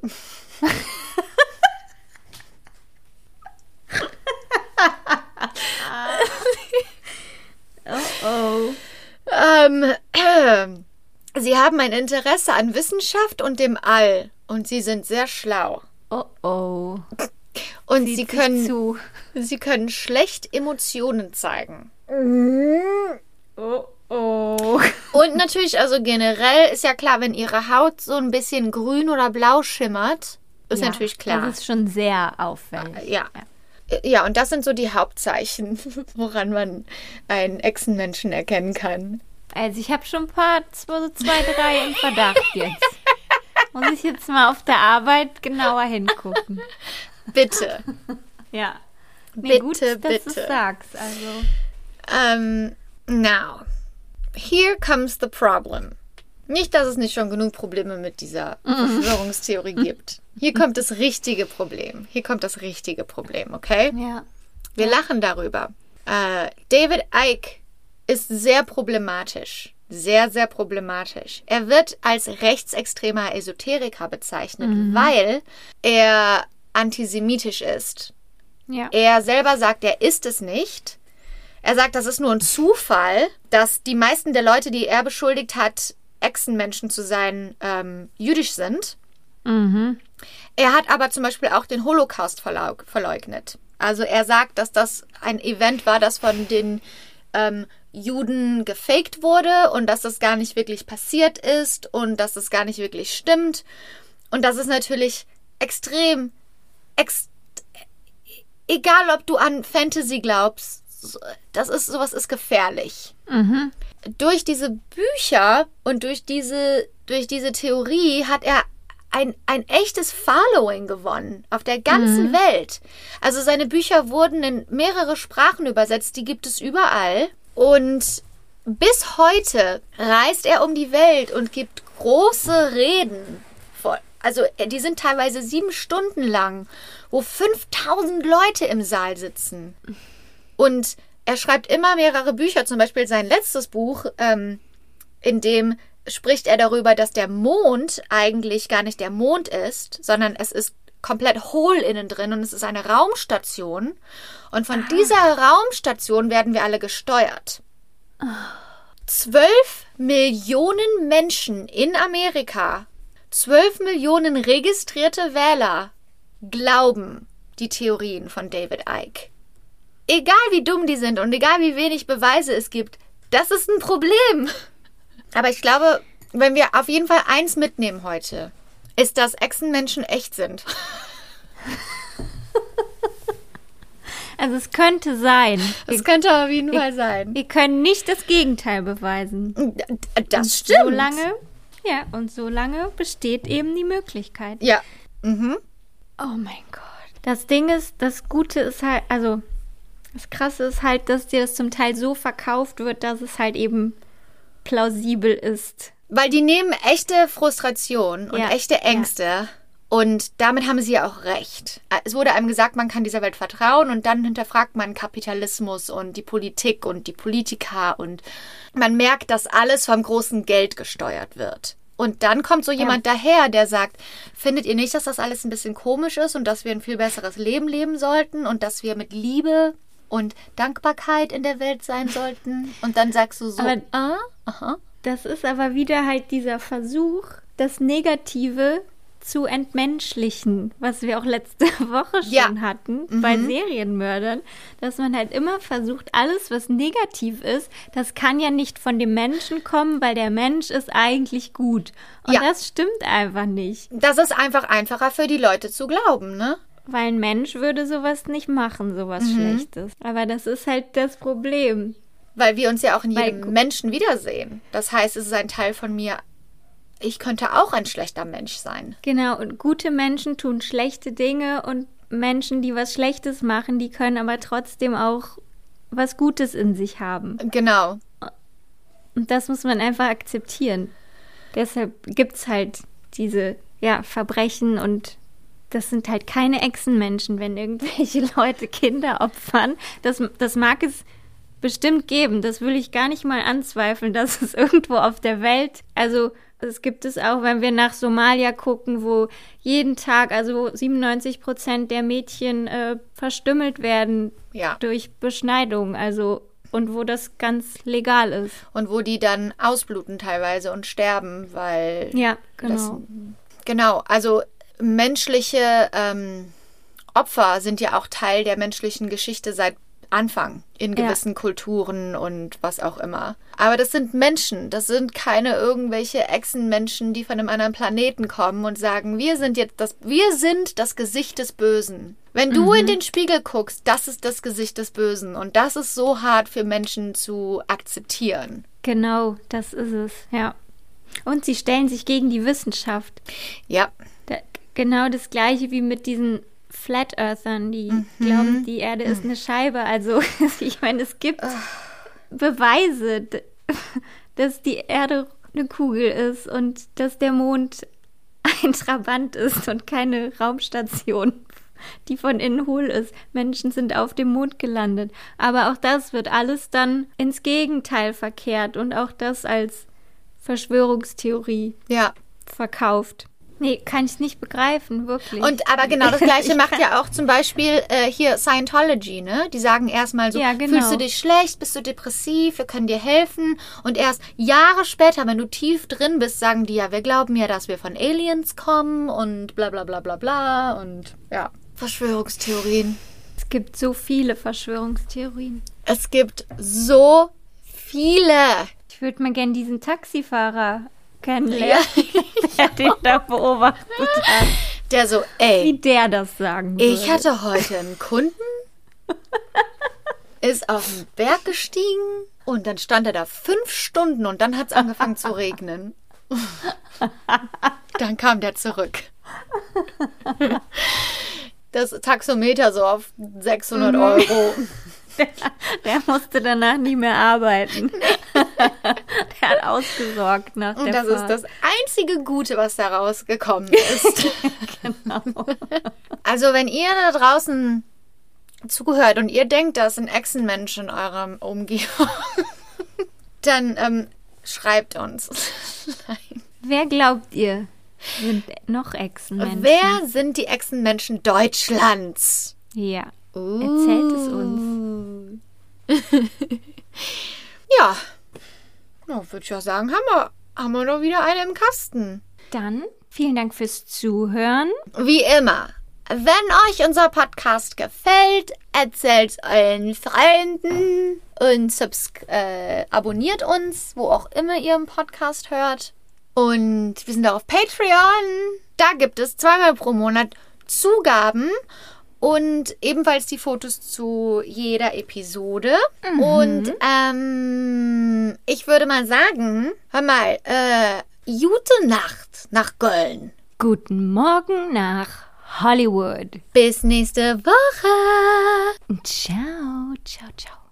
Oh, oh. Ähm, äh, sie haben ein Interesse an Wissenschaft und dem All. Und sie sind sehr schlau. Oh, oh. Und Sieht sie sich können, zu. sie können schlecht Emotionen zeigen. Oh, oh. Und natürlich, also generell ist ja klar, wenn ihre Haut so ein bisschen grün oder blau schimmert, ist Ja, natürlich klar. Das ist schon sehr auffällig. Ja. Ja, und das sind so die Hauptzeichen, woran man einen Echsenmenschen erkennen kann. Also ich habe schon ein paar, so zwei, drei im Verdacht jetzt. Muss ich jetzt mal auf der Arbeit genauer hingucken. Bitte. Ja. Nee, Bitte, gut, dass du bitte. es sagst. Also, Um, now, here comes the problem. Nicht, dass es nicht schon genug Probleme mit dieser Verschwörungstheorie gibt. Hier kommt das richtige Problem. Hier kommt das richtige Problem, okay? ja. Wir lachen darüber. Äh, David Icke ist sehr problematisch. sehr, sehr problematisch. Er wird als rechtsextremer Esoteriker bezeichnet, mhm. weil er antisemitisch ist. Ja. Er selber sagt, er ist es nicht. Er sagt, das ist nur ein Zufall, dass die meisten der Leute, die er beschuldigt hat, Echsenmenschen zu sein, ähm, jüdisch sind. Mhm. Er hat aber zum Beispiel auch den Holocaust verleug- verleugnet. Also er sagt, dass das ein Event war, das von den ähm, Juden gefaked wurde und dass das gar nicht wirklich passiert ist und dass das gar nicht wirklich stimmt. Und das ist natürlich extrem, ex- egal ob du an Fantasy glaubst, das ist, sowas ist gefährlich. Mhm. Durch diese Bücher und durch diese, durch diese Theorie hat er ein, ein echtes Following gewonnen auf der ganzen mhm. Welt. Also seine Bücher wurden in mehrere Sprachen übersetzt, die gibt es überall. Und bis heute reist er um die Welt und gibt große Reden. Also die sind teilweise sieben Stunden lang, wo fünftausend Leute im Saal sitzen. Und er schreibt immer mehrere Bücher, zum Beispiel sein letztes Buch, ähm, in dem spricht er darüber, dass der Mond eigentlich gar nicht der Mond ist, sondern es ist komplett hohl innen drin und es ist eine Raumstation. Und von ah. dieser Raumstation werden wir alle gesteuert. Zwölf Millionen Menschen in Amerika, zwölf Millionen registrierte Wähler glauben die Theorien von David Icke. Egal wie dumm die sind und egal wie wenig Beweise es gibt, das ist ein Problem. Aber ich glaube, wenn wir auf jeden Fall eins mitnehmen heute, ist, dass Echsenmenschen echt sind. Also es könnte sein. Es könnte auf jeden Fall sein. Wir können nicht das Gegenteil beweisen. Das und stimmt. Solange, ja, und solange besteht eben die Möglichkeit. Ja. Mhm. Oh mein Gott. Das Ding ist, das Gute ist halt, also das Krasse ist halt, dass dir das zum Teil so verkauft wird, dass es halt eben plausibel ist. Weil die nehmen echte Frustration und ja. echte Ängste ja. und damit haben sie ja auch recht. Es wurde einem gesagt, man kann dieser Welt vertrauen und dann hinterfragt man Kapitalismus und die Politik und die Politiker und man merkt, dass alles vom großen Geld gesteuert wird. Und dann kommt so jemand ja. daher, der sagt, findet ihr nicht, dass das alles ein bisschen komisch ist und dass wir ein viel besseres Leben leben sollten und dass wir mit Liebe und Dankbarkeit in der Welt sein sollten? Und dann sagst du so, aber, ah, aha. Das ist aber wieder halt dieser Versuch, das Negative zu entmenschlichen, was wir auch letzte Woche schon ja. hatten mhm. bei Serienmördern, dass man halt immer versucht, alles, was negativ ist, das kann ja nicht von dem Menschen kommen, weil der Mensch ist eigentlich gut. Und ja. das stimmt einfach nicht. Das ist einfach einfacher für die Leute zu glauben, ne? Weil ein Mensch würde sowas nicht machen, sowas mhm. Schlechtes. Aber das ist halt das Problem. Weil wir uns ja auch in jedem Weil, Menschen wiedersehen. Das heißt, es ist ein Teil von mir. Ich könnte auch ein schlechter Mensch sein. Genau, und gute Menschen tun schlechte Dinge und Menschen, die was Schlechtes machen, die können aber trotzdem auch was Gutes in sich haben. Genau. Und das muss man einfach akzeptieren. Deshalb gibt es halt diese ja, Verbrechen und das sind halt keine Echsenmenschen, wenn irgendwelche Leute Kinder opfern. Das, das mag es bestimmt geben. Das will ich gar nicht mal anzweifeln, dass es irgendwo auf der Welt, also es gibt es auch, wenn wir nach Somalia gucken, wo jeden Tag, also siebenundneunzig Prozent der Mädchen äh, verstümmelt werden ja. durch Beschneidung, also und wo das ganz legal ist. Und wo die dann ausbluten teilweise und sterben, weil... Ja, genau. Das, genau, also menschliche ähm, Opfer sind ja auch Teil der menschlichen Geschichte seit Anfang in gewissen ja. Kulturen und was auch immer. Aber das sind Menschen, das sind keine irgendwelche Echsenmenschen, die von einem anderen Planeten kommen und sagen, wir sind jetzt das, wir sind das Gesicht des Bösen. Wenn du mhm. in den Spiegel guckst, das ist das Gesicht des Bösen und das ist so hart für Menschen zu akzeptieren. Genau, das ist es, ja. Und sie stellen sich gegen die Wissenschaft. Ja. Da, genau das Gleiche wie mit diesen Flat Earthern, die mhm. glauben, die Erde ist eine Scheibe. Also ich meine, es gibt Beweise, dass die Erde eine Kugel ist und dass der Mond ein Trabant ist und keine Raumstation. die von innen hohl ist. Menschen sind auf dem Mond gelandet. Aber auch das wird alles dann ins Gegenteil verkehrt und auch das als Verschwörungstheorie Ja. verkauft. Nee, kann ich nicht begreifen, wirklich. Und aber genau das Gleiche macht ja auch zum Beispiel äh, hier Scientology, ne? Die sagen erstmal so, Ja, genau. fühlst du dich schlecht, bist du depressiv, wir können dir helfen. Und erst Jahre später, wenn du tief drin bist, sagen die ja, wir glauben ja, dass wir von Aliens kommen und bla bla bla bla bla und ja, Verschwörungstheorien. Es gibt so viele Verschwörungstheorien. Es gibt so viele. Ich würde mal gerne diesen Taxifahrer kennenlernen, der den da beobachtet hat. Der so, ey, Wie der das sagen würde. ich hatte heute einen Kunden, ist auf den Berg gestiegen und dann stand er da fünf Stunden und dann hat es angefangen zu regnen. Dann kam der zurück. Das Taxometer so auf sechshundert Euro. Der, der musste danach nie mehr arbeiten. Der hat ausgesorgt nach Und der das Fahrt. ist das einzige Gute, was da rausgekommen ist. Genau. Also wenn ihr da draußen zugehört und ihr denkt, das sind Echsenmenschen in eurer Umgebung, dann ähm, schreibt uns. Nein. Wer glaubt ihr, sind noch Echsenmenschen? Wer sind die Echsenmenschen Deutschlands? Ja, erzählt es uns. Ja, ja würde ich auch sagen, haben wir, haben wir noch wieder eine im Kasten. Dann vielen Dank fürs Zuhören. Wie immer, wenn euch unser Podcast gefällt, erzählt euren Freunden und subsk- äh, abonniert uns, wo auch immer ihr einen Podcast hört. Und wir sind auch auf Patreon. Da gibt es zweimal pro Monat Zugaben und ebenfalls die Fotos zu jeder Episode. Mhm. Und ähm, ich würde mal sagen, hör mal, äh, gute Nacht nach Köln. Guten Morgen nach Hollywood. Bis nächste Woche. Ciao, ciao, ciao.